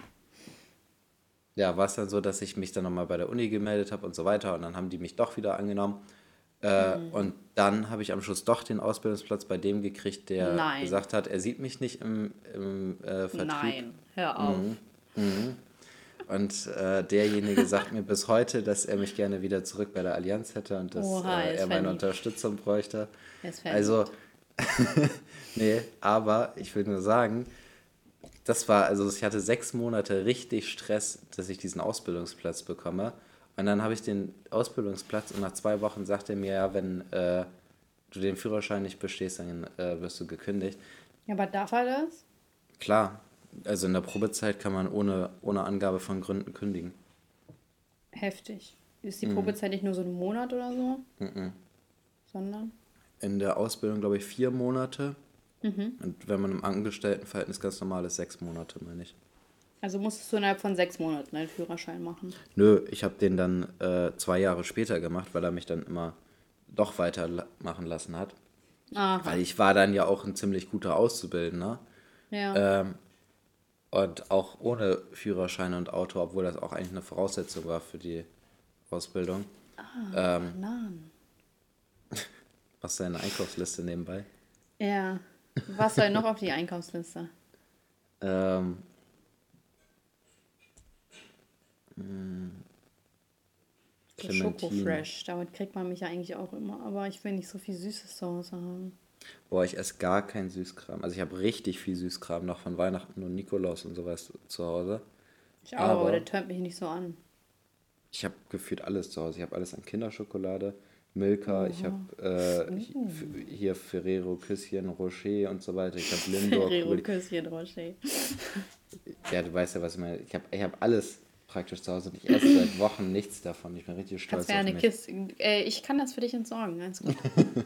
ja, war es dann so, dass ich mich dann nochmal bei der Uni gemeldet habe und so weiter und dann haben die mich doch wieder angenommen. Äh, und dann habe ich am Schluss doch den Ausbildungsplatz bei dem gekriegt, der Nein, gesagt hat, er sieht mich nicht im, im äh, Vertrieb. nein, hör auf. Und äh, derjenige sagt mir bis heute, dass er mich gerne wieder zurück bei der Allianz hätte und dass Oha, er äh, ist er meine verliebt. Unterstützung bräuchte. Er ist Also, verliebt. nee, aber ich will nur sagen, das war, also ich hatte sechs Monate richtig Stress, dass ich diesen Ausbildungsplatz bekomme. Und dann habe ich den Ausbildungsplatz und nach zwei Wochen sagt er mir, ja, wenn äh, du den Führerschein nicht bestehst, dann äh, wirst du gekündigt. Ja, aber darf er das? Klar, also in der Probezeit kann man ohne, ohne Angabe von Gründen kündigen. Heftig. Ist die Probezeit nicht nur so ein Monat oder so? Sondern? In der Ausbildung, glaube ich, vier Monate. Und wenn man im Angestelltenverhältnis ganz normal ist, sechs Monate, meine ich. Also musstest du innerhalb von sechs Monaten einen Führerschein machen. Nö, ich habe den dann äh, zwei Jahre später gemacht, weil er mich dann immer doch weitermachen lassen hat. Weil Aha, ich war dann ja auch ein ziemlich guter Auszubildender. ja. Ähm, und auch ohne Führerschein und Auto, obwohl das auch eigentlich eine Voraussetzung war für die Ausbildung. Bananen. Was deine Einkaufsliste nebenbei? Ja. Was soll noch auf die Einkaufsliste? Ähm, Der Schoko Clementine. Fresh. Damit kriegt man mich ja eigentlich auch immer. Aber ich will nicht so viel Süßes zu Hause haben. Boah, ich esse gar kein Süßkram. Also ich habe richtig viel Süßkram noch von Weihnachten und Nikolaus und sowas zu Hause. Ich auch, aber Aber der tönt mich nicht so an. ich habe gefühlt alles zu Hause. Ich habe alles an Kinderschokolade. Milka, ich habe äh, hi- Uh. f- hier Ferrero Küsschen Rocher und so weiter. Ich habe Lindor, Ferrero Kugel. Küsschen Rocher. Ja, du weißt ja, was ich meine. Ich habe ich hab alles praktisch zu Hause und ich esse seit Wochen nichts davon. Ich bin richtig Kannst stolz mir auf eine mich. Kiste. Äh, ich kann das für dich entsorgen. Ganz gut.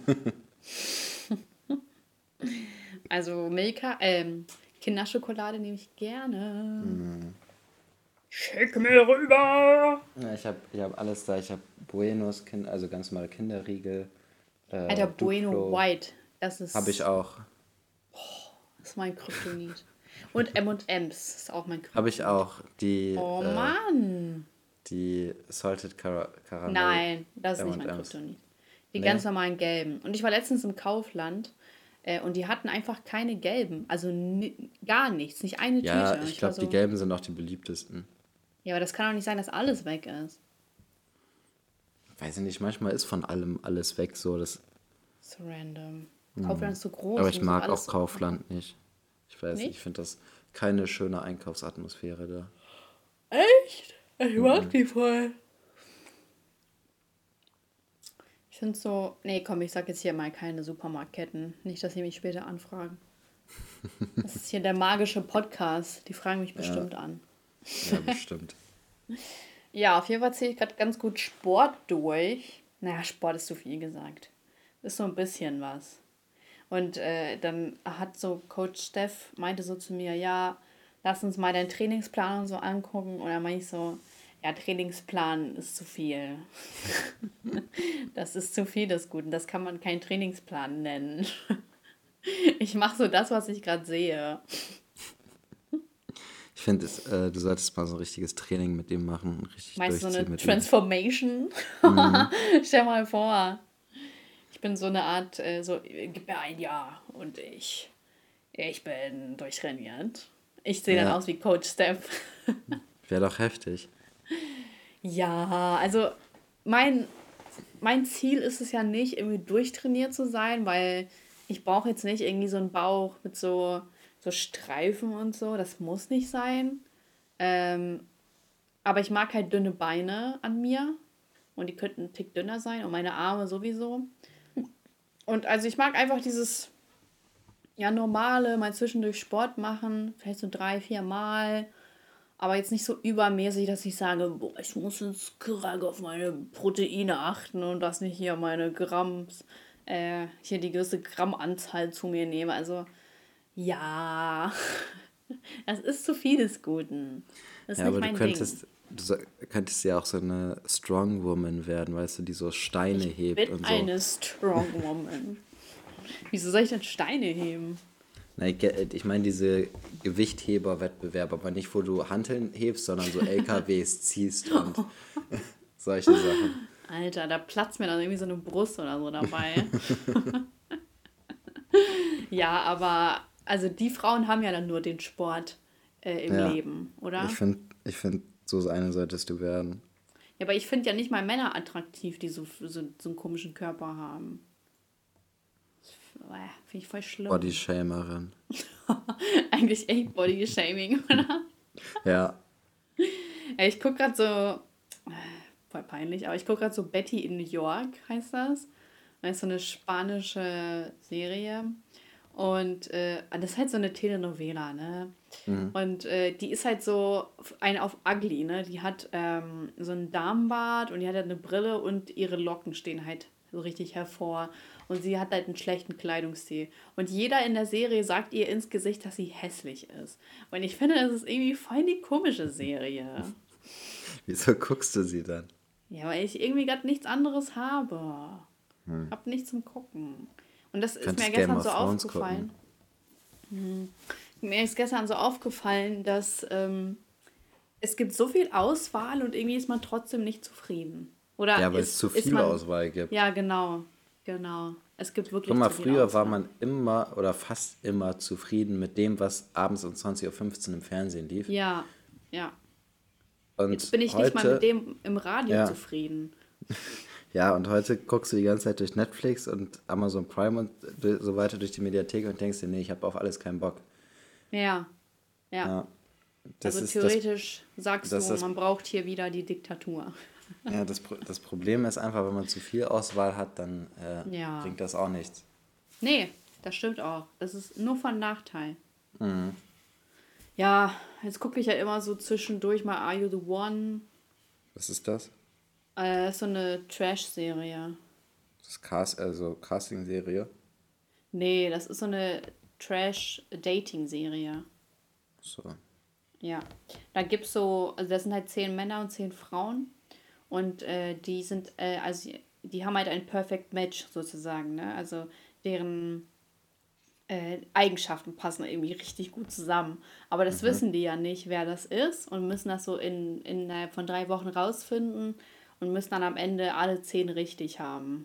Also Milka, ähm, Kinderschokolade nehme ich gerne. Mm. Schick mir rüber! Ja, ich habe ich hab alles da. Ich habe Buenos, kind, also ganz normale Kinderriegel, Alter, äh, Bueno Duplo. White. Das Habe ich ist, auch. das ist mein Kryptonit. Und M und M's ist auch mein Habe ich Kryptonit. auch. Die, Oh äh, Mann! die Salted Cara Caramel Nein, das ist nicht mein M und M's. Kryptonit. Die Nee? ganz normalen gelben. Und ich war letztens im Kaufland äh, und die hatten einfach keine gelben. Also ni gar nichts, nicht eine Ja, Tüte. ich Ich war glaube, die so, gelben sind auch die beliebtesten. ja, aber das kann doch nicht sein, dass alles weg ist. Weiß ich nicht, manchmal ist von allem alles weg so. Das, So random. Kaufland ist so groß. aber und ich so mag alles auch so- Kaufland nicht. Ich weiß nicht, Nicht? ich finde das keine schöne Einkaufsatmosphäre da. Echt? Ich mag die voll. Ich finde so, nee, komm, ich sag jetzt hier mal keine Supermarktketten. Nicht, dass sie mich später anfragen. Das ist hier der magische Podcast. Die fragen mich bestimmt an. Ja, bestimmt. Ja, auf jeden Fall zähle ich gerade ganz gut Sport durch. Naja, Sport ist zu viel gesagt. Ist so ein bisschen was. Und äh, dann hat so Coach Steph meinte so zu mir, ja, lass uns mal deinen Trainingsplan und so angucken. Und dann meinte ich so, ja, Trainingsplan ist zu viel. Das ist zu viel des Guten. Das kann man keinen Trainingsplan nennen. Ich mache so das, was ich gerade sehe. Ich finde, äh, du solltest mal so ein richtiges Training mit dem machen. Richtig Meinst du so durchziehen eine mit ihm. Transformation? Stell mal vor. Ich bin so eine Art, äh, so, äh, gib mir ein Jahr und ich, ich bin durchtrainiert. Ich sehe dann Ja. aus wie Coach Steph. Wäre doch heftig. Ja, also mein, mein Ziel ist es ja nicht, irgendwie durchtrainiert zu sein, weil ich brauche jetzt nicht irgendwie so einen Bauch mit so, so Streifen und so. Das muss nicht sein. Ähm, aber ich mag halt dünne Beine an mir und die könnten einen Tick dünner sein und meine Arme sowieso. Und also ich mag einfach dieses, ja, normale, mal zwischendurch Sport machen, vielleicht so drei, vier Mal, aber jetzt nicht so übermäßig, dass ich sage, boah, ich muss jetzt krank auf meine Proteine achten und dass nicht hier meine Gramms, äh, hier die gewisse Grammanzahl zu mir nehme. Also, ja, das ist zu viel des Guten. Das ist Ja, nicht aber du mein könntest, Ding. du so- könntest ja auch so eine Strong Woman werden, weißt du, die so Steine hebt Bin und so. eine Strong Woman. Wieso soll ich denn Steine heben? Na, ich, ge- ich meine diese Gewichtheber-Wettbewerbe, aber nicht, wo du Hanteln hebst, sondern so L K Ws ziehst und solche Sachen. Alter, da platzt mir dann irgendwie so eine Brust oder so dabei. Ja, aber also die Frauen haben ja dann nur den Sport äh, im Ja, Leben, oder? ich finde, ich find, so eine solltest du werden. Ja, aber ich finde ja nicht mal Männer attraktiv, die so, so, so einen komischen Körper haben. Finde ich voll schlimm. Bodyshamerin. Eigentlich echt Body-Shaming, oder? Ja, Ja, ich gucke gerade so, äh, voll peinlich, aber ich gucke gerade so Betty in New York, heißt das. Das ist so eine spanische Serie. Und äh, das ist halt so eine Telenovela, ne? Und äh, die ist halt so ein auf ugly, ne? Die hat ähm, so einen Damenbart und die hat halt eine Brille und ihre Locken stehen halt so richtig hervor. Und sie hat halt einen schlechten Kleidungsstil. Und jeder in der Serie sagt ihr ins Gesicht, dass sie hässlich ist. Und ich finde, das ist irgendwie voll die komische Serie. wieso guckst du sie dann? Ja, weil ich irgendwie gerade nichts anderes habe. Hab nichts zum Gucken. Und das ist mir Könntest Game gestern of so Thrones aufgefallen. Hm. Mir ist gestern so aufgefallen, dass ähm, es gibt so viel Auswahl und irgendwie ist man trotzdem nicht zufrieden. Oder Ja, weil ist, es zu ist viel man, Auswahl gibt. Ja, genau. Genau. Es gibt wirklich Guck mal, zu viel früher war Auswahl. man immer oder fast immer zufrieden mit dem, was abends um zwanzig Uhr fünfzehn im Fernsehen lief. Ja, ja. Und Jetzt bin ich heute, nicht mal mit dem im Radio Ja. zufrieden. Ja, und heute guckst du die ganze Zeit durch Netflix und Amazon Prime und so weiter durch die Mediathek und denkst dir, nee, ich habe auf alles keinen Bock. Ja, ja. Ja, das Also ist das, theoretisch sagst das du, ist das- man braucht hier wieder die Diktatur. Ja, das, Pro- das Problem ist einfach, wenn man zu viel Auswahl hat, dann äh, Ja. bringt das auch nichts. Nee, das stimmt auch. Das ist nur von Nachteil. Mhm. Ja, jetzt gucke ich ja immer so zwischendurch mal Are You the One? Was ist das? Äh, das ist so eine Trash-Serie. Das ist Cast, also Casting-Serie. Nee, das ist so eine Trash-Dating-Serie. So. Ja. Da gibt's so, also das sind halt zehn Männer und zehn Frauen. Und äh, die sind, äh, also die haben halt ein Perfect Match sozusagen, ne? Also deren äh, Eigenschaften passen irgendwie richtig gut zusammen. Aber das Mhm. wissen die ja nicht, wer das ist und müssen das so in, innerhalb von drei Wochen rausfinden und müssen dann am Ende alle zehn richtig haben.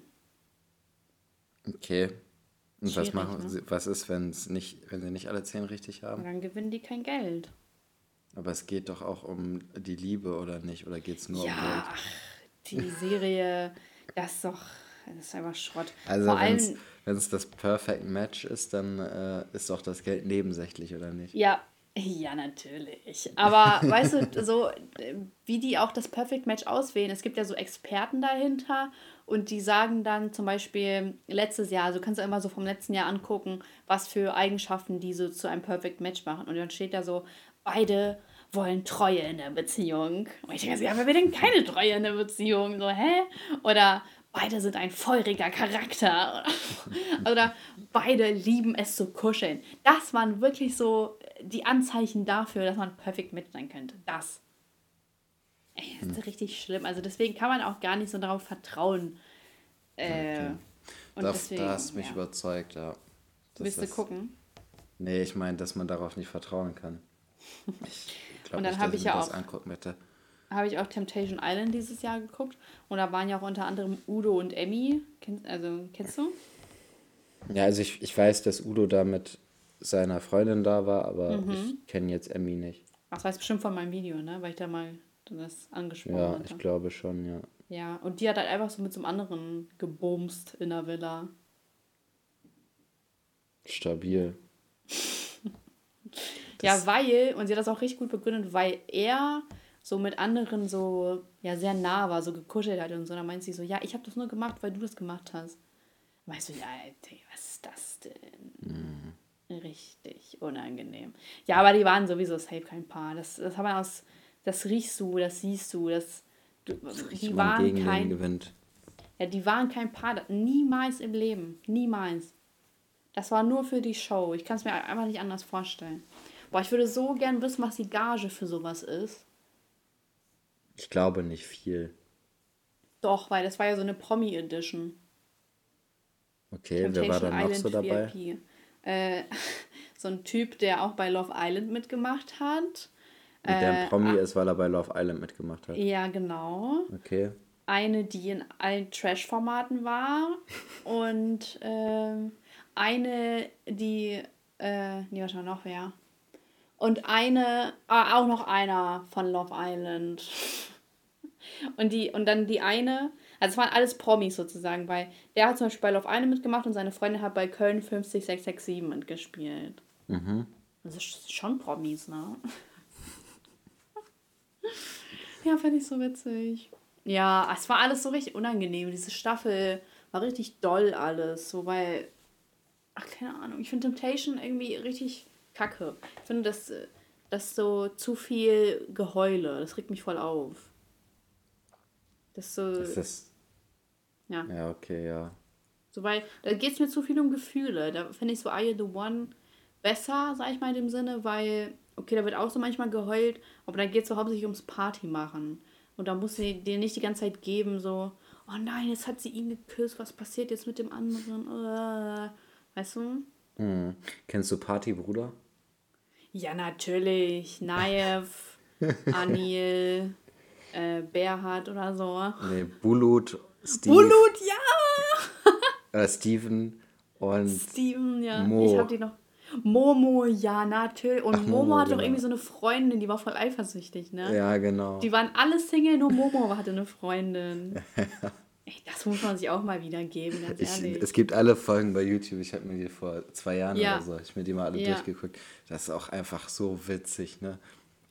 Okay. Und was Schwierig, machen ne? sie, was ist, wenn es nicht, wenn sie nicht alle zehn richtig Und haben? dann gewinnen die kein Geld. Aber es geht doch auch um die Liebe, oder nicht? Oder geht es nur um Ja, Geld? ach, die Serie, das ist doch, das ist einfach Schrott. Vor Also wenn es allem, wenn es das Perfect Match ist, dann äh, ist doch das Geld nebensächlich, oder nicht? ja, ja, natürlich. Aber weißt du, so äh, wie die auch das Perfect Match auswählen, es gibt ja so Experten dahinter und die sagen dann zum Beispiel letztes Jahr, also kannst du immer so vom letzten Jahr angucken, was für Eigenschaften die so zu einem Perfect Match machen. Und dann steht da so, beide wollen Treue in der Beziehung. Und ich denke so, ja, wer will denn keine Treue in der Beziehung? So, hä? Oder beide sind ein feuriger Charakter. Oder beide lieben es zu kuscheln. Das waren wirklich so die Anzeichen dafür, dass man perfekt mit sein könnte. Das. Ey, das ist richtig schlimm. Also deswegen kann man auch gar nicht so darauf vertrauen. Äh, Okay. und Da, deswegen, da hast du mich ja. überzeugt, ja. Das Willst du ist, gucken? nee, ich meine, dass man darauf nicht vertrauen kann. Ich Und glaube dann nicht, dass habe ich ich mir ja das auch, angucken möchte. habe ich auch Temptation Island dieses Jahr geguckt. Und da waren ja auch unter anderem Udo und Emmy. Kenn, also, kennst du? Ja, also ich, ich weiß, dass Udo da mit seiner Freundin da war, aber ich Mhm. kenne jetzt Emmy nicht. Das weiß bestimmt von meinem Video, ne? Weil ich da mal das angesprochen Ja, ich hatte. glaube schon, ja. Ja, und die hat halt einfach so mit so einem anderen gebumst in der Villa. Stabil. Ja, Das, weil, und sie hat das auch richtig gut begründet, weil er so mit anderen so, ja, sehr nah war, so gekuschelt hat und so. Dann meint sie so, ja, ich habe das nur gemacht, weil du das gemacht hast. Weißt du, ja, ey, was ist das denn? Richtig unangenehm. Ja, aber die waren sowieso safe kein Paar. Das, das haben wir aus, das riechst du, das siehst du, das, du, das riecht, die wenn man waren gegen den kein, gewinnt. ja, die waren kein Paar, niemals im Leben, niemals. Das war nur für die Show. Ich kann es mir einfach nicht anders vorstellen. Boah, ich würde so gern wissen, was die Gage für sowas ist. Ich glaube nicht viel. Doch, weil das war ja so eine Promi-Edition. Okay, wer war Temptation dann noch so Island dabei? V I P. Äh, so ein Typ, der auch bei Love Island mitgemacht hat. Und der ein Äh, Promi ah, ist, weil er bei Love Island mitgemacht hat. ja, genau. Okay. Eine, die in allen Trash-Formaten war. Und ähm, eine, die. Äh, nee, warte mal, noch wer? Und eine, ah, auch noch einer von Love Island. Und die, und dann die eine, also es waren alles Promis sozusagen, weil der hat zum Beispiel bei Love Island mitgemacht und seine Freundin hat bei Köln fünf sechs sechs sechs sieben mitgespielt. Mhm. Das ist schon Promis, ne? Ja, fand ich so witzig. Ja, es war alles so richtig unangenehm. Diese Staffel war richtig doll alles. So, weil, ach, keine Ahnung. Ich finde Temptation irgendwie richtig kacke. Ich finde, das, äh, das ist so zu viel Geheule. Das regt mich voll auf. Das ist so, Das ist. ja. Ja, okay, ja. So, weil da geht es mir zu viel um Gefühle. Da finde ich so Are You the One besser, sag ich mal in dem Sinne, weil, okay, da wird auch so manchmal geheult, aber dann geht es so hauptsächlich ums Party machen. Und da muss sie dir nicht die ganze Zeit geben, so, oh nein, jetzt hat sie ihn geküsst, was passiert jetzt mit dem anderen? Äh, Weißt du? Hm. Kennst du Partybruder? Ja, natürlich. Naev, Anil, äh, Berhard oder so. Nee, Bulut, Steve, Bulut, ja! äh, Steven und Steven, ja. Ich hab Mo. die noch. Momo, ja, natürlich. Und Ach, Momo Momo, hat doch genau. irgendwie so eine Freundin, die war voll eifersüchtig, ne? Ja, genau. Die waren alle Single, nur Momo hatte eine Freundin. Ey, das muss man sich auch mal wieder geben, ganz Ich, ehrlich. es gibt alle Folgen bei YouTube. Ich habe mir die vor zwei Jahren Ja, oder so, hab ich mir die mal alle ja. durchgeguckt. Das ist auch einfach so witzig, ne?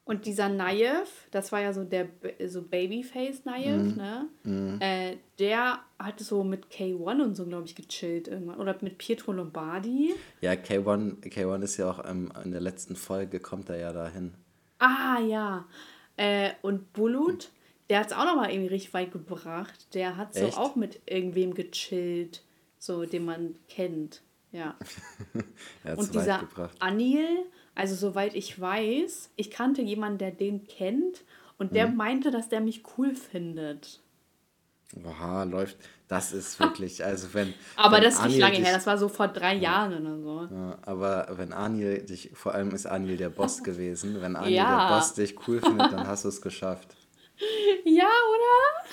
Und dieser Nayev, das war ja so der B- so Babyface Nayev, Mhm. ne? Mhm. Äh, der hat so mit K eins und so, glaube ich, gechillt irgendwann. Oder mit Pietro Lombardi. Ja, K eins, K eins ist ja auch ähm, in der letzten Folge, kommt er ja dahin. Ah, ja. Äh, und Bulut, der hat es auch nochmal irgendwie richtig weit gebracht. Der hat so Echt? auch mit irgendwem gechillt, so den man kennt. Ja. Er hat Und es weit dieser gebracht. Anil, also soweit ich weiß, ich kannte jemanden, der den kennt und der Mhm. meinte, dass der mich cool findet. Oha, läuft. Das ist wirklich, also wenn, Aber wenn das ist richtig Anil lange her, dich, das war so vor drei ja, Jahren oder so. ja, aber wenn Anil dich, vor allem ist Anil der Boss gewesen, wenn Anil der Boss Ja. dich cool findet, dann hast du es geschafft. Ja, oder?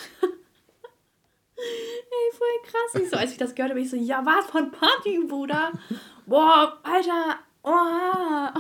Ey, voll krass. Ich so, als ich das gehört habe, ich so, ja, was von Party, Bruder? Boah, Alter. Oha.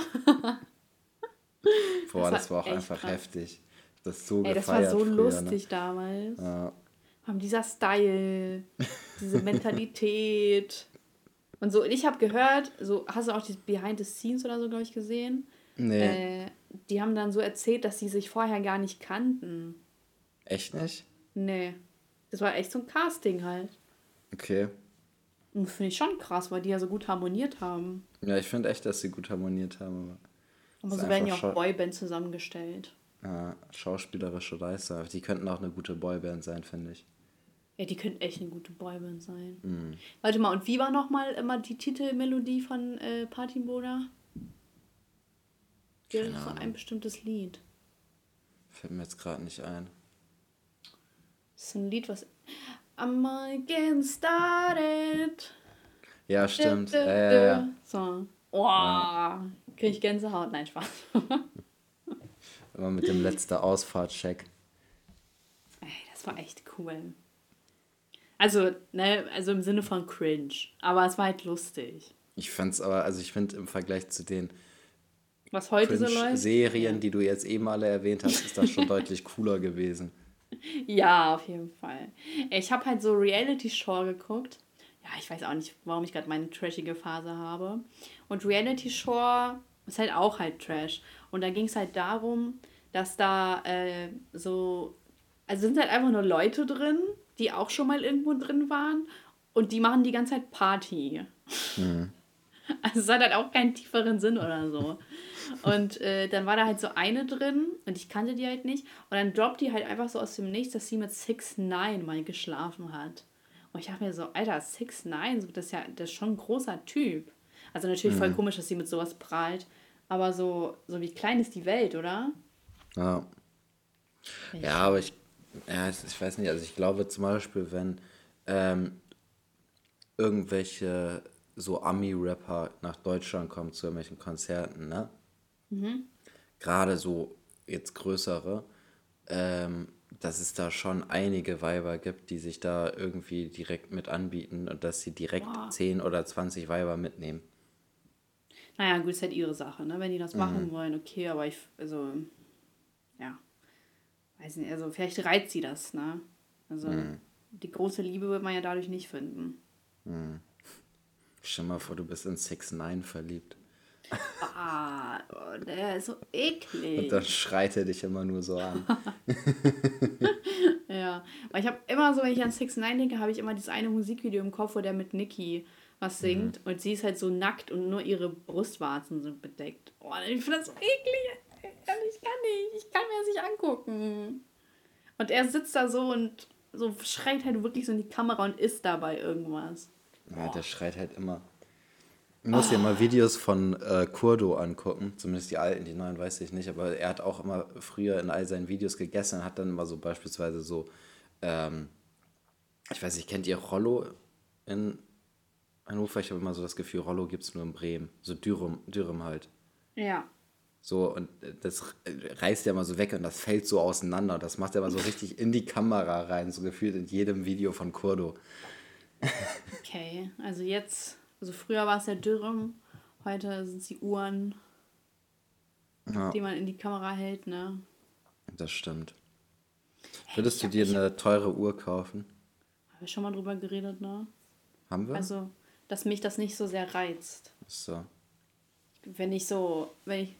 Boah, Das war das war auch echt einfach krass. heftig. Das so Ey, das war gefeiert so früher, ne? lustig damals. Ja. Haben dieser Style, diese Mentalität. Und so, ich habe gehört, so, hast du auch die Behind the Scenes oder so, glaube ich, gesehen? Nee, Äh, die haben dann so erzählt, dass sie sich vorher gar nicht kannten. echt nicht? Nee. Das war echt so ein Casting halt. Okay. Und finde ich schon krass, weil die ja so gut harmoniert haben. Ja, ich finde echt, dass sie gut harmoniert haben, aber es Aber ist so werden einfach ja auch Schau Boybands zusammengestellt. ja, schauspielerische Leistung. Aber die könnten auch eine gute Boyband sein, finde ich. Ja, die könnten echt eine gute Boyband sein. Hm. Warte mal, und wie war nochmal immer die Titelmelodie von äh, Partyboda? Ja, Keine das war ein Ahnung. bestimmtes Lied. Fällt mir jetzt gerade nicht ein. Das ist ein Lied, was. I'm getting started. Ja, Dö, stimmt. dö, Ja, ja, dö. ja. So. Ja. Oh, krieg ich Gänsehaut? Nein, Spaß. Immer mit dem letzten Ausfahrtscheck. Ey, das war echt cool. Also, ne, also im Sinne von cringe. Aber es war halt lustig. Ich fand's aber, also ich finde im Vergleich zu den Was heute so läuft? Ja. Cringe-Serien, die du jetzt eben alle erwähnt hast, ist das schon deutlich cooler gewesen. Ja, auf jeden Fall. Ich habe halt so Reality-Show geguckt. Ja, ich weiß auch nicht, warum ich gerade meine trashige Phase habe. Und Reality-Show ist halt auch halt Trash. Und da ging es halt darum, dass da äh, so, also sind halt einfach nur Leute drin, die auch schon mal irgendwo drin waren. Und die machen die ganze Zeit Party. Hm. Also es hat halt auch keinen tieferen Sinn oder so. Und äh, dann war da halt so eine drin und ich kannte die halt nicht. Und dann droppt die halt einfach so aus dem Nichts, dass sie mit six neun mal geschlafen hat. Und ich dachte mir so, Alter, six neun, so, das ist ja das ist schon ein großer Typ. Also natürlich voll Hm. komisch, dass sie mit sowas prahlt. Aber so, so wie klein ist die Welt, oder? Ja. Finde ich Ja, aber schon. ich, ja, es- ich weiß nicht, also ich glaube zum Beispiel, wenn ähm, irgendwelche so Ami-Rapper nach Deutschland kommen zu irgendwelchen Konzerten, ne? Gerade so jetzt größere, ähm, dass es da schon einige Weiber gibt, die sich da irgendwie direkt mit anbieten und dass sie direkt Boah. zehn oder zwanzig Weiber mitnehmen. Naja, gut, ist halt ihre Sache, ne? Wenn die das Mhm. machen wollen, okay, aber ich, also, ja, weiß nicht, also vielleicht reizt sie das, ne? Also, Mhm. die große Liebe wird man ja dadurch nicht finden. Mhm. Stell mal vor, du bist in six neun verliebt. Ah, oh, der ist so Und dann eklig. schreit er dich immer nur so an. Ja, weil ich habe immer so, wenn ich an six neun denke, habe ich immer dieses eine Musikvideo im Kopf, wo der mit Nicki was Mhm. singt und sie ist halt so nackt und nur ihre Brustwarzen sind bedeckt. Oh, ich finde das so eklig. Ich kann nicht, ich kann mir das nicht angucken. Und er sitzt da so und so schreit halt wirklich so in die Kamera und isst dabei irgendwas. Ja, der Boah. schreit halt immer. Du musst dir mal Videos von äh, Kurdo angucken, zumindest die alten, die neuen weiß ich nicht, aber er hat auch immer früher in all seinen Videos gegessen und hat dann immer so beispielsweise so, ähm, ich weiß nicht, kennt ihr Rollo in Hannover? Ich habe immer so das Gefühl, Rollo gibt es nur in Bremen, so Dürüm, Dürüm halt. Ja, So, und äh, das reißt er immer so weg und das fällt so auseinander. Das macht er immer so richtig in die Kamera rein, so gefühlt in jedem Video von Kurdo. okay. Also jetzt, also früher war es ja Dürüm, heute sind es die Uhren, Ja, die man in die Kamera hält, ne? das stimmt. Hey, Würdest ich du hab, dir ich eine teure Uhr kaufen? habe schon mal drüber geredet, ne? Haben wir? Also, dass mich das nicht so sehr reizt. So. Wenn ich so, wenn ich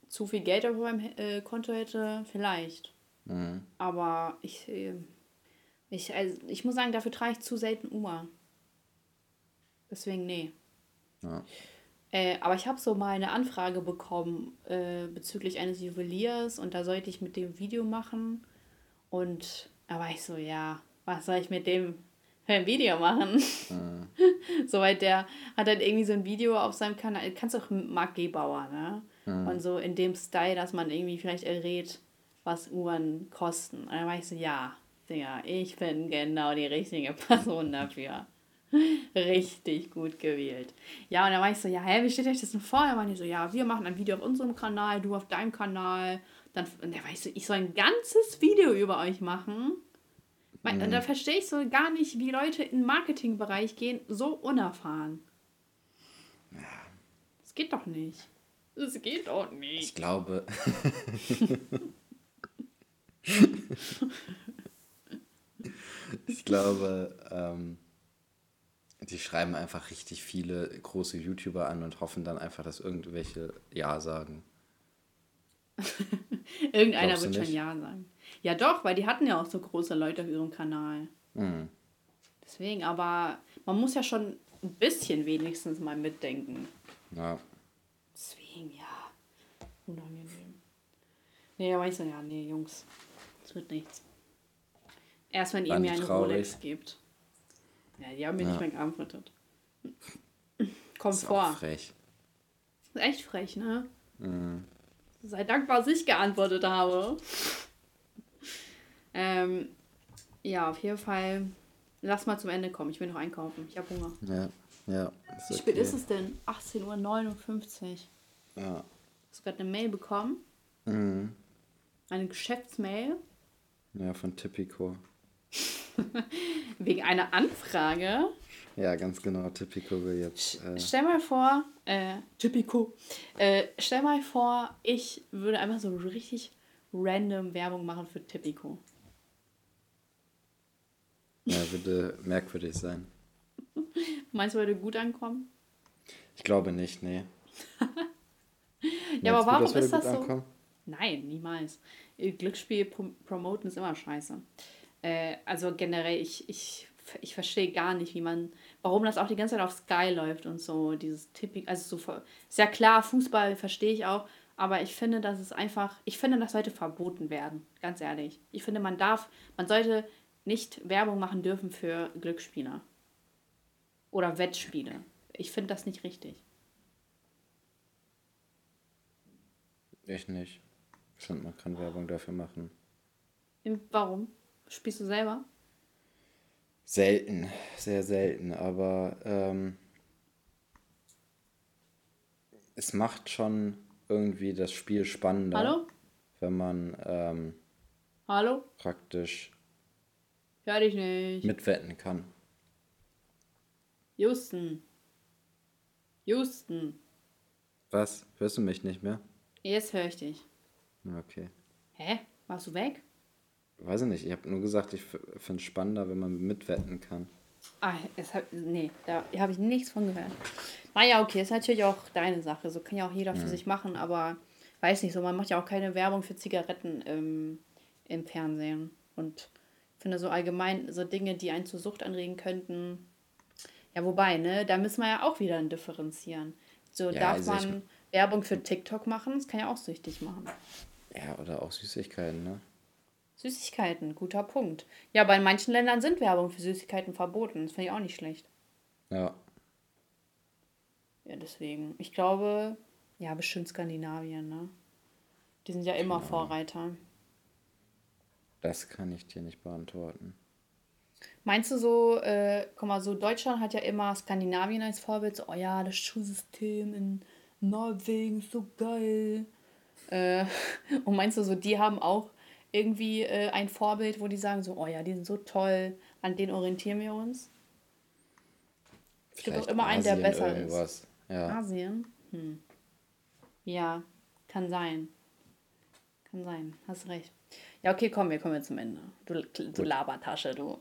zu viel Geld auf meinem äh, Konto hätte, vielleicht. Mhm. Aber ich, äh, ich, also ich muss sagen, dafür trage ich zu selten Uber. Deswegen, nee. Ja. Äh, aber ich habe so mal eine Anfrage bekommen äh, bezüglich eines Juweliers und da sollte ich mit dem Video machen. Und da war ich so, ja, was soll ich mit dem für ein Video machen? Mhm. Soweit der hat dann irgendwie so ein Video auf seinem Kanal, kannst du auch Marc Gebauer, ne? Und Mhm. so in dem Style, dass man irgendwie vielleicht errät, was Uhren kosten. Und dann war ich so, ja, Digga, ich bin genau die richtige Person dafür. Richtig gut gewählt. Ja, und dann war ich so, ja, hä, wie steht euch das denn vor? Dann waren die so, ja, wir machen ein Video auf unserem Kanal, du auf deinem Kanal. Dann, und dann war ich so, ich soll ein ganzes Video über euch machen. Mein, und da Mhm. verstehe ich so gar nicht, wie Leute in den Marketingbereich gehen, so unerfahren. Das geht doch nicht. Das geht doch Ich nicht. glaube, ich glaube, ähm, die schreiben einfach richtig viele große YouTuber an und hoffen dann einfach, dass irgendwelche Ja sagen. Irgendeiner Glaubst du wird schon nicht? Ja sagen. Ja doch, weil die hatten ja auch so große Leute auf ihrem Kanal. Mhm. Deswegen, aber man muss ja schon ein bisschen wenigstens mal mitdenken. Ja, Deswegen, ja. Unangenehm. Nee, aber ich so, ja, nee, Jungs. Das wird nichts. Erst wenn ihr waren mir die eine traurig? Rolex gebt. Ja, die haben mir nicht Ja, mehr geantwortet. Kommt ist auch vor. frech. Ist echt frech, ne? Mhm. Sei dankbar, dass ich geantwortet habe. Ähm, ja, auf jeden Fall. Lass mal zum Ende kommen. Ich will noch einkaufen. Ich habe Hunger. Ja, ja, Wie ist spät ist okay. es denn? achtzehn Uhr neunundfünfzig. Ja. Hast du gerade eine Mail bekommen? Mhm. Eine Geschäftsmail? Ja, von Tipico. Wegen einer Anfrage? Ja, ganz genau. Tipico will jetzt. Äh, Stell mal vor, äh, typico. Äh, stell mal vor, ich würde einfach so richtig random Werbung machen für Tipico. ja, würde merkwürdig sein. Meinst du, würde gut ankommen? Ich glaube nicht, nee. Ja, aber Meinst du, warum das würde ist gut das so? ankommen? Nein, niemals. Äh, Glücksspiel prom- promoten ist immer scheiße. Äh, also generell, ich, ich, ich verstehe gar nicht, wie man, warum das auch die ganze Zeit auf Sky läuft und so, dieses Tipping, also so, sehr klar, Fußball verstehe ich auch, aber ich finde, dass es einfach, ich finde, das sollte verboten werden, ganz ehrlich. Ich finde, man darf, man sollte nicht Werbung machen dürfen für Glücksspieler oder Wettspiele. Ich finde das nicht richtig. Ich nicht. Ich finde, man kann Werbung dafür machen. Warum? Spielst du selber? Selten, sehr selten, aber ähm, es macht schon irgendwie das Spiel spannender, Hallo? wenn man ähm, Hallo? praktisch Hör dich nicht. mitwetten kann. Houston. Houston. Was? Hörst du mich nicht mehr? Jetzt höre ich dich. Okay. Hä? Warst du weg? Weiß ich nicht, ich habe nur gesagt, ich finde es spannender, wenn man mitwetten kann. Ah, es hat, nee, da habe ich nichts von gehört. Naja, okay, ist natürlich auch deine Sache. So kann ja auch jeder für sich machen, aber weiß nicht so, man macht ja auch keine Werbung für Zigaretten im, im Fernsehen. Und ich finde so allgemein so Dinge, die einen zur Sucht anregen könnten. Ja, wobei, ne, da müssen wir ja auch wieder differenzieren. So, Ja, darf also ich, man Werbung für TikTok machen? Das kann ja auch süchtig machen. ja, oder auch Süßigkeiten, ne? Süßigkeiten, guter Punkt. Ja, aber in manchen Ländern sind Werbung für Süßigkeiten verboten. Das finde ich auch nicht schlecht. Ja, Ja, deswegen. Ich glaube, ja, bestimmt Skandinavien, ne? Die sind ja immer keine Ahnung. Vorreiter. Das kann ich dir nicht beantworten. Meinst du so, äh, guck mal, so Deutschland hat ja immer Skandinavien als Vorbild, so, oh ja, das Schulsystem in Norwegen ist so geil. Äh, und meinst du so, die haben auch irgendwie äh, ein Vorbild, wo die sagen so, oh ja, die sind so toll, an denen orientieren wir uns? Es gibt auch Vielleicht immer einen, der Asien besser ist. irgendwas. Ja, Asien? Hm. Ja, kann sein. Kann sein. Hast recht. Ja, okay, komm, wir kommen jetzt zum Ende. Du, du gut. Labertasche, du.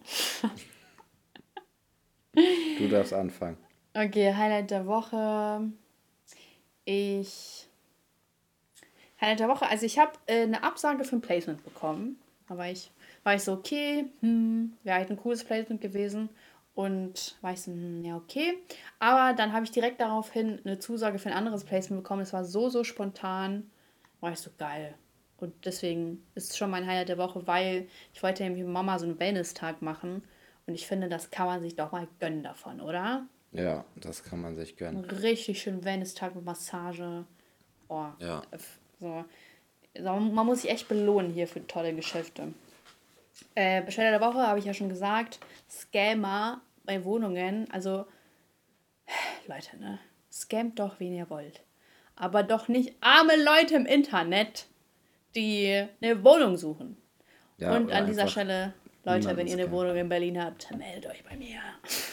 Du darfst anfangen. Okay, Highlight der Woche. Ich. Highlight der Woche. Also ich habe äh, eine Absage für ein Placement bekommen. Da war ich, war ich so, okay, hm, wäre halt ein cooles Placement gewesen. Und war ich so, hm, ja, okay. Aber dann habe ich direkt daraufhin eine Zusage für ein anderes Placement bekommen. Es war so, so spontan. War ich so, geil. Und deswegen ist es schon mein Highlight der Woche, weil ich wollte ja mit Mama so einen Wellness-Tag machen. Und ich finde, das kann man sich doch mal gönnen davon, oder? Ja, das kann man sich Ein gönnen. richtig schönen Wellness-Tag mit Massage. Oh, Ja. so. So, man muss sich echt belohnen hier für tolle Geschäfte. Äh, Beschwerde der Woche habe ich ja schon gesagt. Scammer bei Wohnungen. Also, Leute, ne? Scammt doch, wen ihr wollt. Aber doch nicht arme Leute im Internet, die eine Wohnung suchen. Ja, Und oder an dieser einfach Stelle, Leute, niemanden wenn ihr eine scammen. Wohnung in Berlin habt, meldet euch bei mir.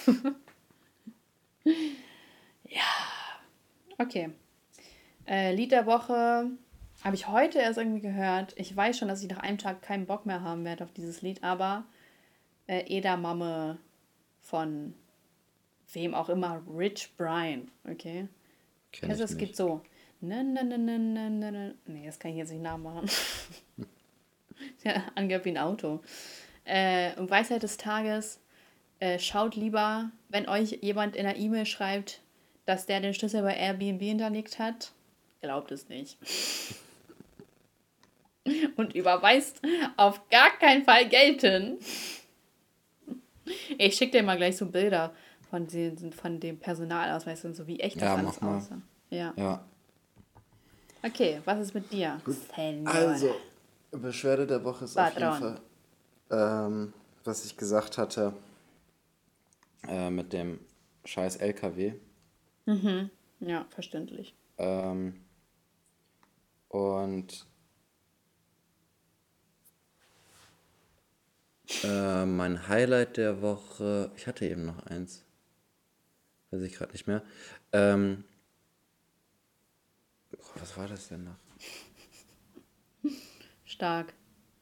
Okay. Äh, Lied der Woche habe ich heute erst irgendwie gehört. Ich weiß schon, dass ich nach einem Tag keinen Bock mehr haben werde auf dieses Lied, aber äh, Edamamme von wem auch immer, Rich Brian, okay? Kenn Also ich es geht nicht. so. Ne, ne, ne, ne, ne, ne, ne. Nee, das kann ich jetzt nicht nachmachen. Ja, angehört wie ein Auto. Äh, und Weisheit des Tages, äh, schaut lieber, wenn euch jemand in einer E-Mail schreibt, dass der den Schlüssel bei Airbnb hinterlegt hat, glaubt es nicht. Und überweist auf gar keinen Fall Geld hin. Ich schicke dir mal gleich so Bilder von, den, von dem Personalausweis und so, wie echt das Ja, alles mach mal. aussah. Ja. Ja. Okay, was ist mit dir? Gut. Senor. Also, Beschwerde der Woche ist auf jeden Patron. Fall, ähm, was ich gesagt hatte, äh, mit dem scheiß L K W. Ja, verständlich. Ähm, und äh, mein Highlight der Woche, ich hatte eben noch eins, weiß ich gerade nicht mehr. Ähm, boah, was war das denn noch? Stark.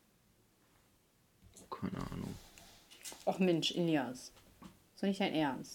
Keine Ahnung. Och Mensch, Ilias. Ist doch nicht dein Ernst.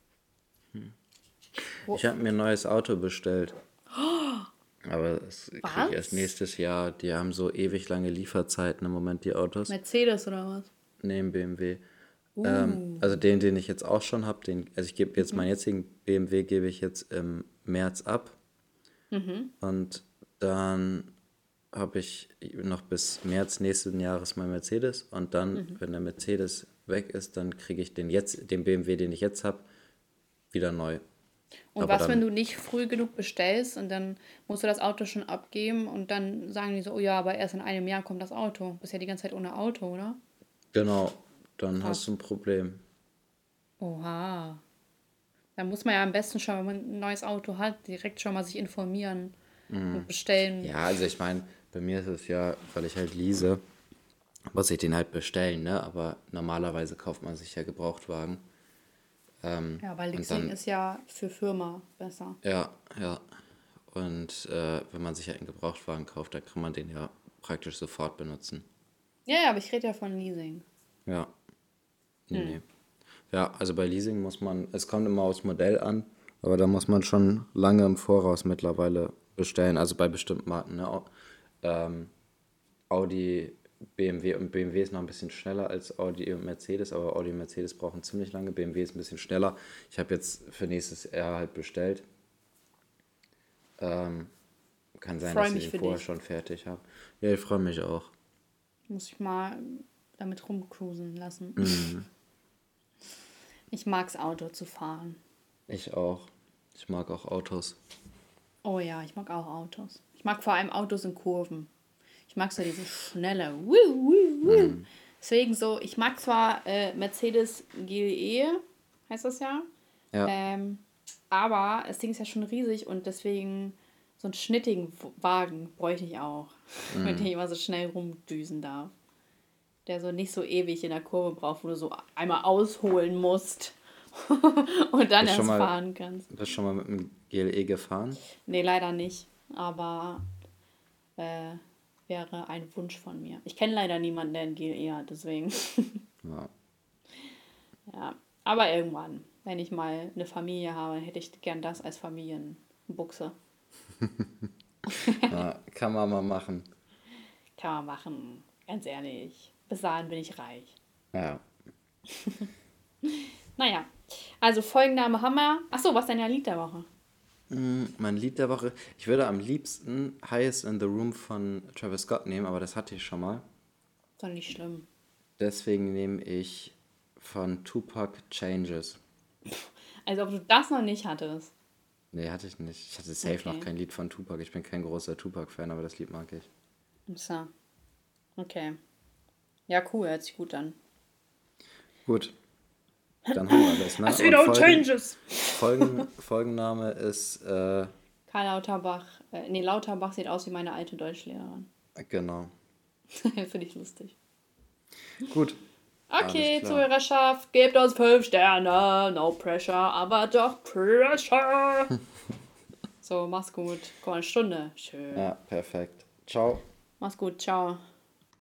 Wo, Ich habe mir ein neues Auto bestellt. Aber das kriege ich erst was? nächstes Jahr. Die haben so ewig lange Lieferzeiten im Moment, die Autos. Mercedes oder was? Neben B M W. Ähm, Uh. also den, den ich jetzt auch schon habe, den, also ich gebe jetzt meinen jetzigen B M W gebe ich jetzt im März ab. Und dann habe ich noch bis März nächsten Jahres mein Mercedes. Und dann, wenn der Mercedes weg ist, dann kriege ich den jetzt, den B M W, den ich jetzt habe, wieder neu. Und Aber was, wenn dann, du nicht früh genug bestellst und dann musst du das Auto schon abgeben und dann sagen die so, oh ja, aber erst in einem Jahr kommt das Auto. Bist ja die ganze Zeit ohne Auto, oder? genau, dann hast du Krass. ein Problem. Oha. Da muss man ja am besten schon, wenn man ein neues Auto hat, direkt schon mal sich informieren und bestellen. Ja, also ich meine, bei mir ist es ja, weil ich halt lease, muss ich den halt bestellen, ne? Aber normalerweise kauft man sich ja Gebrauchtwagen. Ähm, Ja, weil und Leasing dann, ist ja für Firma besser. ja, ja. Und äh, wenn man sich ja einen Gebrauchtwagen kauft, dann kann man den ja praktisch sofort benutzen. Ja, ja, aber ich rede ja von Leasing. Ja, nee, nee. Ja, also bei Leasing muss man, es kommt immer aufs Modell an, aber da muss man schon lange im Voraus mittlerweile bestellen, also bei bestimmten Marken, ne? Au- Ähm, Audi, B M W und B M W ist noch ein bisschen schneller als Audi und Mercedes, aber Audi und Mercedes brauchen ziemlich lange, B M W ist ein bisschen schneller. Ich habe jetzt für nächstes Jahr halt bestellt. Ähm, kann sein, Freue dass ich mich den für vorher dich. schon fertig habe. Ja, ich freue mich auch. Muss ich mal damit rumcruisen lassen. Ich mag's Auto zu fahren. Ich auch. Ich mag auch Autos. Oh ja, ich mag auch Autos. Ich mag vor allem Autos in Kurven. Ich mag so diese schnelle. Woo, woo, woo. Deswegen so, ich mag zwar äh, Mercedes G L E, heißt das ja. Ja, Ähm, aber das Ding ist ja schon riesig und deswegen so einen schnittigen W- Wagen bräuchte ich auch. Mit dem ich immer so schnell rumdüsen darf. Der so nicht so ewig in der Kurve braucht, wo du so einmal ausholen musst und dann bist schon erst mal, fahren kannst. bist schon mal mit dem G L E gefahren? Nee, leider nicht. Aber äh, wäre ein Wunsch von mir. Ich kenne leider niemanden, der ein G L E hat, deswegen. Ja. Ja. Aber irgendwann, wenn ich mal eine Familie habe, hätte ich gern das als Familienbuchse. Ja, kann man mal machen. Kann man machen, ganz ehrlich. Bis dahin bin ich reich. Ja. Naja, also Folgenname haben wir. Achso, was ist denn dein Lied der Woche? Mm, Mein Lied der Woche. Ich würde am liebsten Highest in the Room von Travis Scott nehmen, aber das hatte ich schon mal. Ist doch nicht schlimm. Deswegen nehme ich von Tupac Changes. Also ob du das noch nicht hattest. Nee, hatte ich nicht. Ich hatte safe noch Okay. kein Lied von Tupac. Ich bin kein großer Tupac-Fan, aber das Lied mag ich. So. Okay. Ja, cool, hört sich gut an. Gut, dann haben wir das, ne? I see Und no Folgen, changes. Folgen, Folgenname ist, äh, Karl Lauterbach. Äh, nee, Lauterbach sieht aus wie meine alte Deutschlehrerin. genau. Finde ich lustig. Gut, Okay, alles klar. Zuhörerschaft, gebt uns fünf Sterne. No pressure, aber doch pressure. So, mach's gut. Komm, eine Stunde. Schön. Ja, perfekt. Ciao. Mach's gut. Ciao.